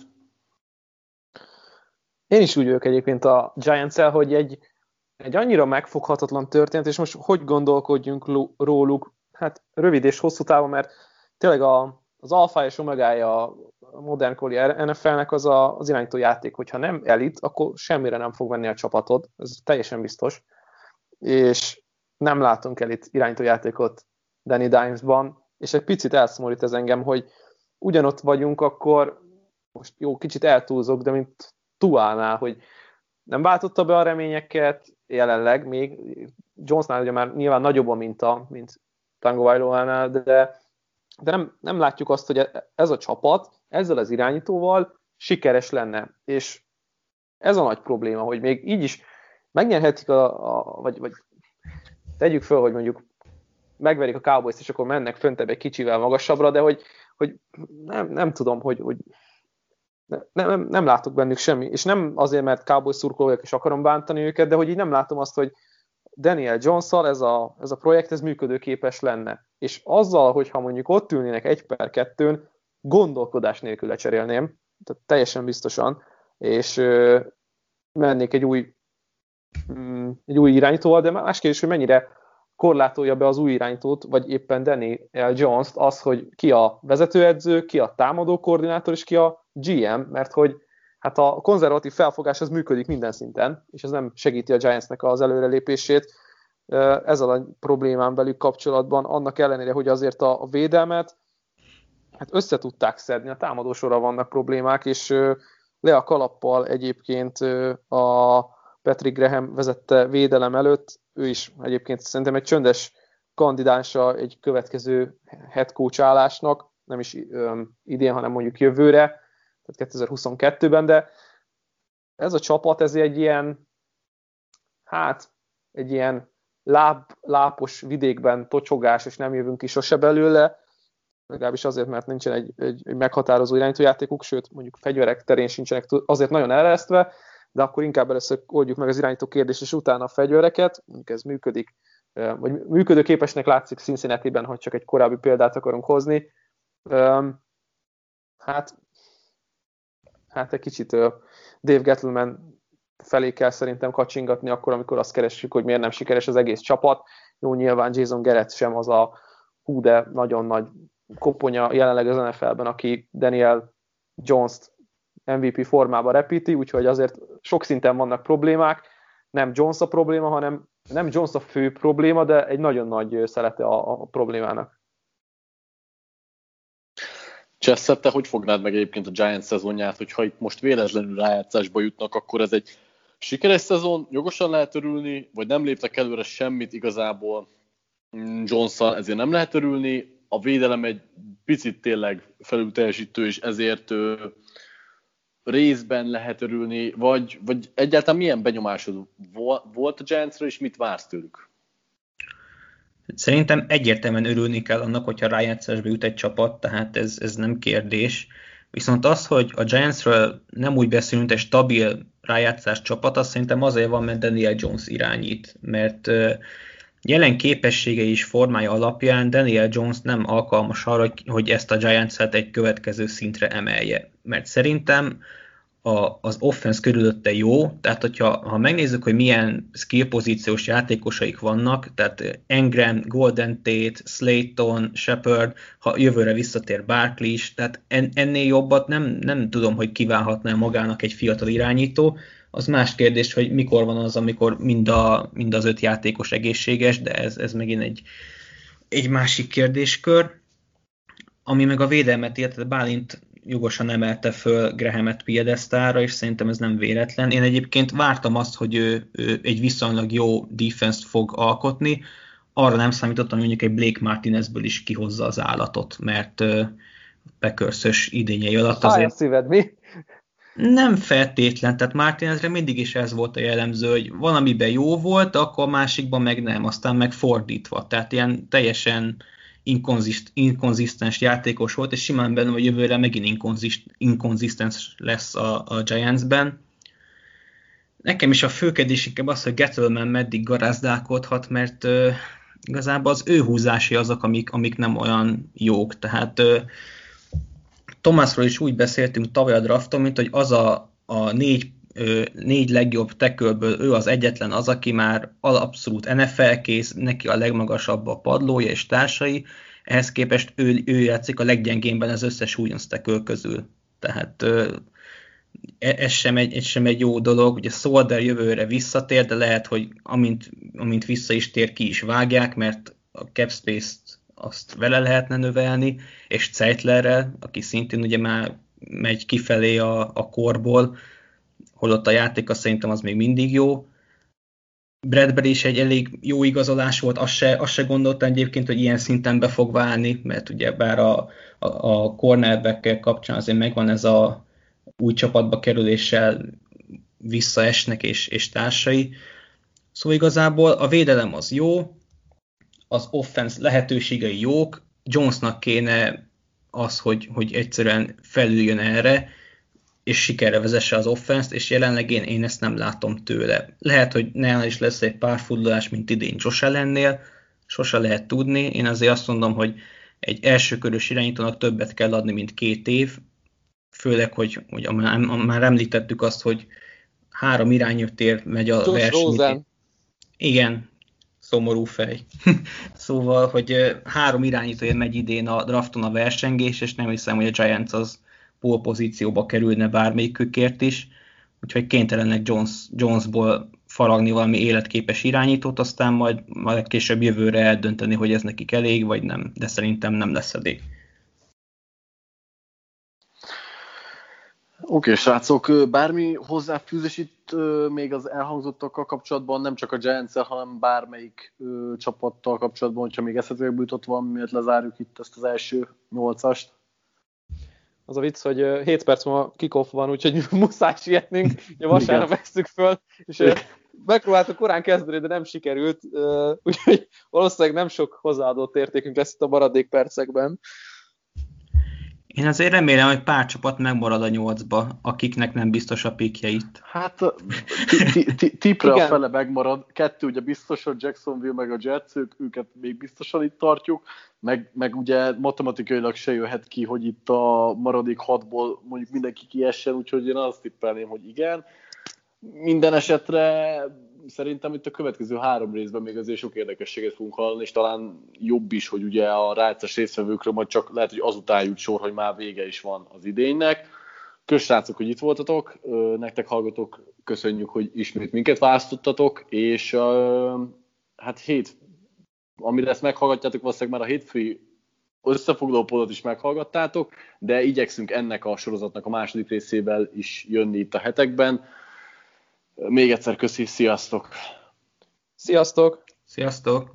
Én is úgy vagyok egyébként a Giants-el, hogy egy, egy annyira megfoghatatlan történet, és most hogy gondolkodjunk róluk, hát rövid és hosszú távon, mert tényleg a, az alfa és omegája a modernkori en ef el-nek az a, az irányító játék, hogyha nem elit, akkor semmire nem fog venni a csapatod, ez teljesen biztos, és nem látunk elit irányító játékot Danny Dimes-ban, és egy picit elszomorít ez engem, hogy ugyanott vagyunk, akkor most jó, kicsit eltúlzok, de mint Tuánál, hogy nem váltotta be a reményeket, jelenleg még, Jonesnál ugye már nyilván nagyobb a minta, mint Tango Vailoánál, de, de nem, nem látjuk azt, hogy ez a csapat ezzel az irányítóval sikeres lenne, és ez a nagy probléma, hogy még így is megnyerhetik a, a vagy, vagy tegyük föl, hogy mondjuk megverik a Cowboys-t, és akkor mennek föntebb egy kicsivel magasabbra, de hogy, hogy nem, nem tudom, hogy, hogy nem, nem, nem látok bennük semmi, és nem azért, mert Cowboys szurkoló vagyok, és akarom bántani őket, de hogy így nem látom azt, hogy Daniel Jones-szal ez a, ez a projekt, ez működőképes lenne. És azzal, hogyha mondjuk ott ülnének egy per kettőn, gondolkodás nélkül lecserélném, tehát teljesen biztosan, és ö, mennék egy új, mm, egy új irányítóval, de más kérdés, hogy mennyire korlátolja be az új irányítót, vagy éppen Daniel Jones-t az, hogy ki a vezetőedző, ki a támadó koordinátor, és ki a gé em, mert hogy hát a konzervatív felfogás az működik minden szinten, és ez nem segíti a Giantsnek az előrelépését. Ezzel a problémán belül kapcsolatban, annak ellenére, hogy azért a, a védelmet hát össze tudták szedni, a támadósorra vannak problémák, és le a kalappal egyébként a Patrick Graham vezette védelem előtt, ő is egyébként szerintem egy csöndes kandidása egy következő head coach állásnak, nem is um, idén, hanem mondjuk jövőre, tehát kétezer-huszonkettőben, de ez a csapat, ez egy ilyen, hát, egy ilyen láb, lápos vidékben tocsogás, és nem jövünk ki sose belőle, legalábbis azért, mert nincsen egy, egy, egy meghatározó irányítójátékuk, sőt, mondjuk fegyverek terén sincsenek azért nagyon elresztve, de akkor inkább először oldjuk meg az irányító kérdést, és utána a fegyvereket, mondjuk ez működik, vagy működőképesnek látszik Cincinnatiben, hogy csak egy korábbi példát akarunk hozni. Hát, hát egy kicsit Dave Gettleman felé kell szerintem kacsingatni akkor, amikor azt keressük, hogy miért nem sikeres az egész csapat. Jó, nyilván Jason Garrett sem az a hú, de nagyon nagy koponya jelenleg az en ef el-ben, aki Daniel Jones-t em vé pé formába repíti, úgyhogy azért sok szinten vannak problémák. Nem Jones a probléma, hanem nem Jones a fő probléma, de egy nagyon nagy szelete a, a problémának. Cseszett, te hogy fognád meg egyébként a Giants szezonját, hogyha itt most véletlenül rájátszásba jutnak, akkor ez egy sikeres szezon, jogosan lehet örülni, vagy nem léptek előre semmit igazából Jones-szal, ezért nem lehet örülni. A védelem egy picit tényleg felülteljesítő, és ezért ő, részben lehet örülni, vagy, vagy egyáltalán milyen benyomásod volt a Giantsra, és mit vársz tőlük? Szerintem egyértelműen örülni kell annak, hogyha rájátszásba jut egy csapat, tehát ez, ez nem kérdés. Viszont az, hogy a Giantsről nem úgy beszélünk, egy stabil rájátszás csapat, azt szerintem azért van, mert Daniel Jones irányít, mert jelen képességei és formája alapján Daniel Jones nem alkalmas arra, hogy ezt a Giants-et egy következő szintre emelje. Mert szerintem a, az offense körülötte jó, tehát hogyha ha megnézzük, hogy milyen skill pozíciós játékosaik vannak, tehát Engram, Golden Tate, Slayton, Shepard, ha jövőre visszatér Barkley is, tehát en, ennél jobbat nem, nem tudom, hogy kívánhatná magának egy fiatal irányító. Az más kérdés, hogy mikor van az, amikor mind, a, mind az öt játékos egészséges, de ez, ez megint egy, egy másik kérdéskör. Ami meg a védelmet illeti, Bálint jogosan emelte föl Grahamet piedesztára, és szerintem ez nem véletlen. Én egyébként vártam azt, hogy ő, ő egy viszonylag jó defense-t fog alkotni, arra nem számítottam, hogy mondjuk egy Blake Martinezből is kihozza az állatot, mert uh, Packers-ös idényei alatt azért... Fáj a szíved, mi? Nem feltétlen, tehát Martinezre mindig is ez volt a jellemző, hogy valamiben jó volt, akkor a másikban meg nem, aztán meg fordítva. Tehát ilyen teljesen inkonzist, inkonzisztens játékos volt, és simán benne, hogy jövőre megint inkonzist, inkonzisztens lesz a, a Giantsben. Nekem is a főkedés inkább az, hogy Gettleman meddig garázdálkodhat, mert uh, igazából az ő húzásai azok, amik, amik nem olyan jók. Tehát uh, Thomasról is úgy beszéltünk tavaly a drafton, mint hogy az a, a négy, ö, négy legjobb tackle-ből ő az egyetlen az, aki már abszolút en ef el-kész, neki a legmagasabb a padlója és társai, ehhez képest ő, ő játszik a leggyengénben az összes újonc tackle közül. Tehát ö, ez sem egy, ez sem egy jó dolog. Ugye Solder jövőre visszatér, de lehet, hogy amint, amint vissza is tér, ki is vágják, mert a cap space-t azt vele lehetne növelni, és Zeitlerrel, aki szintén ugye már megy kifelé a, a korból, holott a játéka szerintem az még mindig jó. Bradbury is egy elég jó igazolás volt, azt se, azt se gondoltam egyébként, hogy ilyen szinten be fog válni, mert ugye bár a, a, a cornerback kapcsán azért megvan ez a új csapatba kerüléssel visszaesnek és, és társai. Szóval igazából a védelem az jó, az offense lehetőségei jók, Jonesnak kéne az, hogy, hogy egyszerűen felüljön erre, és sikerre vezesse az offense-t, és jelenleg én, én ezt nem látom tőle. Lehet, hogy nála is lesz egy pár fordulás, mint idén Josh Allennél, sose lehet tudni. Én azért azt mondom, hogy egy elsőkörös irányítónak többet kell adni, mint két év, főleg, hogy, hogy már említettük azt, hogy három irányútér megy a verseny. Igen, szomorú fej. Szóval, hogy három irányítója megy idén a drafton a versengés, és nem hiszem, hogy a Giants az pole pozícióba kerülne bármelyikükért is, úgyhogy kénytelenek Jones, Jonesból faragni valami életképes irányítót, aztán majd, majd később jövőre eldönteni, hogy ez nekik elég, vagy nem, de szerintem nem lesz elég. Oké, okay, srácok, bármi hozzáfűzés itt még az elhangzottakkal kapcsolatban, nem csak a Giants-el, hanem bármelyik ö, csapattal kapcsolatban, hogyha még eszetekbe jutott van, miért lezárjuk itt ezt az első nyolcast. Az a vicc, hogy hét perc múlva kick-off van, úgyhogy muszáj sietnünk, hogy vasárnap vesszük föl, és megpróbáltuk korán kezdeni, de nem sikerült, úgyhogy valószínűleg nem sok hozzáadott értékünk lesz itt a maradék percekben. Én azért remélem, hogy pár csapat megmarad a nyolcba, akiknek nem biztos a pikje itt. Hát tipre a fele megmarad, kettő ugye biztos, a Jacksonville meg a Jets, őket még biztosan itt tartjuk, meg, meg ugye matematikailag se jöhet ki, hogy itt a maradék hatból mondjuk mindenki kiessen, úgyhogy én azt tippelném, hogy igen. Minden esetre szerintem itt a következő három részben még azért sok érdekességet fogunk hallani, és talán jobb is, hogy ugye a rájátszás résztvevőkről majd csak lehet, hogy azután jut sor, hogy már vége is van az idénynek. Köszönjük, hogy itt voltatok, nektek hallgatók, köszönjük, hogy ismét minket választottatok, és hát hét, amire ezt meghallgatjátok, valószínűleg már a hétfői összefoglalópodot is meghallgattátok, de igyekszünk ennek a sorozatnak a második részével is jönni itt a hetekben. Még egyszer köszi, sziasztok! Sziasztok! Sziasztok!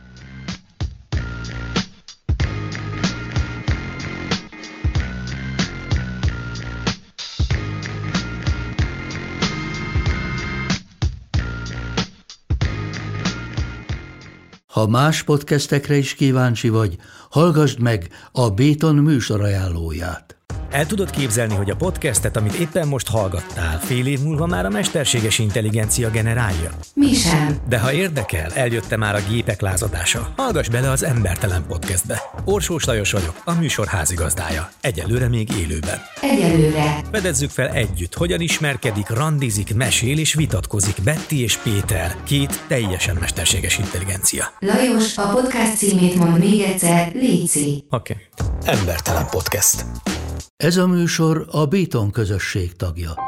Ha más podcastekre is kíváncsi vagy, hallgassd meg a Béton műsor ajánlóját. El tudod képzelni, hogy a podcastet, amit éppen most hallgattál, fél év múlva már a mesterséges intelligencia generálja? Mi sem. De ha érdekel, eljött már a gépek lázadása. Hallgass bele az Embertelen podcastbe. Orsós Lajos vagyok, a műsor házigazdája. Egyelőre még élőben. Egyelőre. Fedezzük fel együtt, hogyan ismerkedik, randizik, mesél és vitatkozik Betty és Péter, két teljesen mesterséges intelligencia. Lajos, a podcast címét mond még egyszer, léci. Oké. Okay. Embertelen podcast. Ez a műsor a Béton közösség tagja.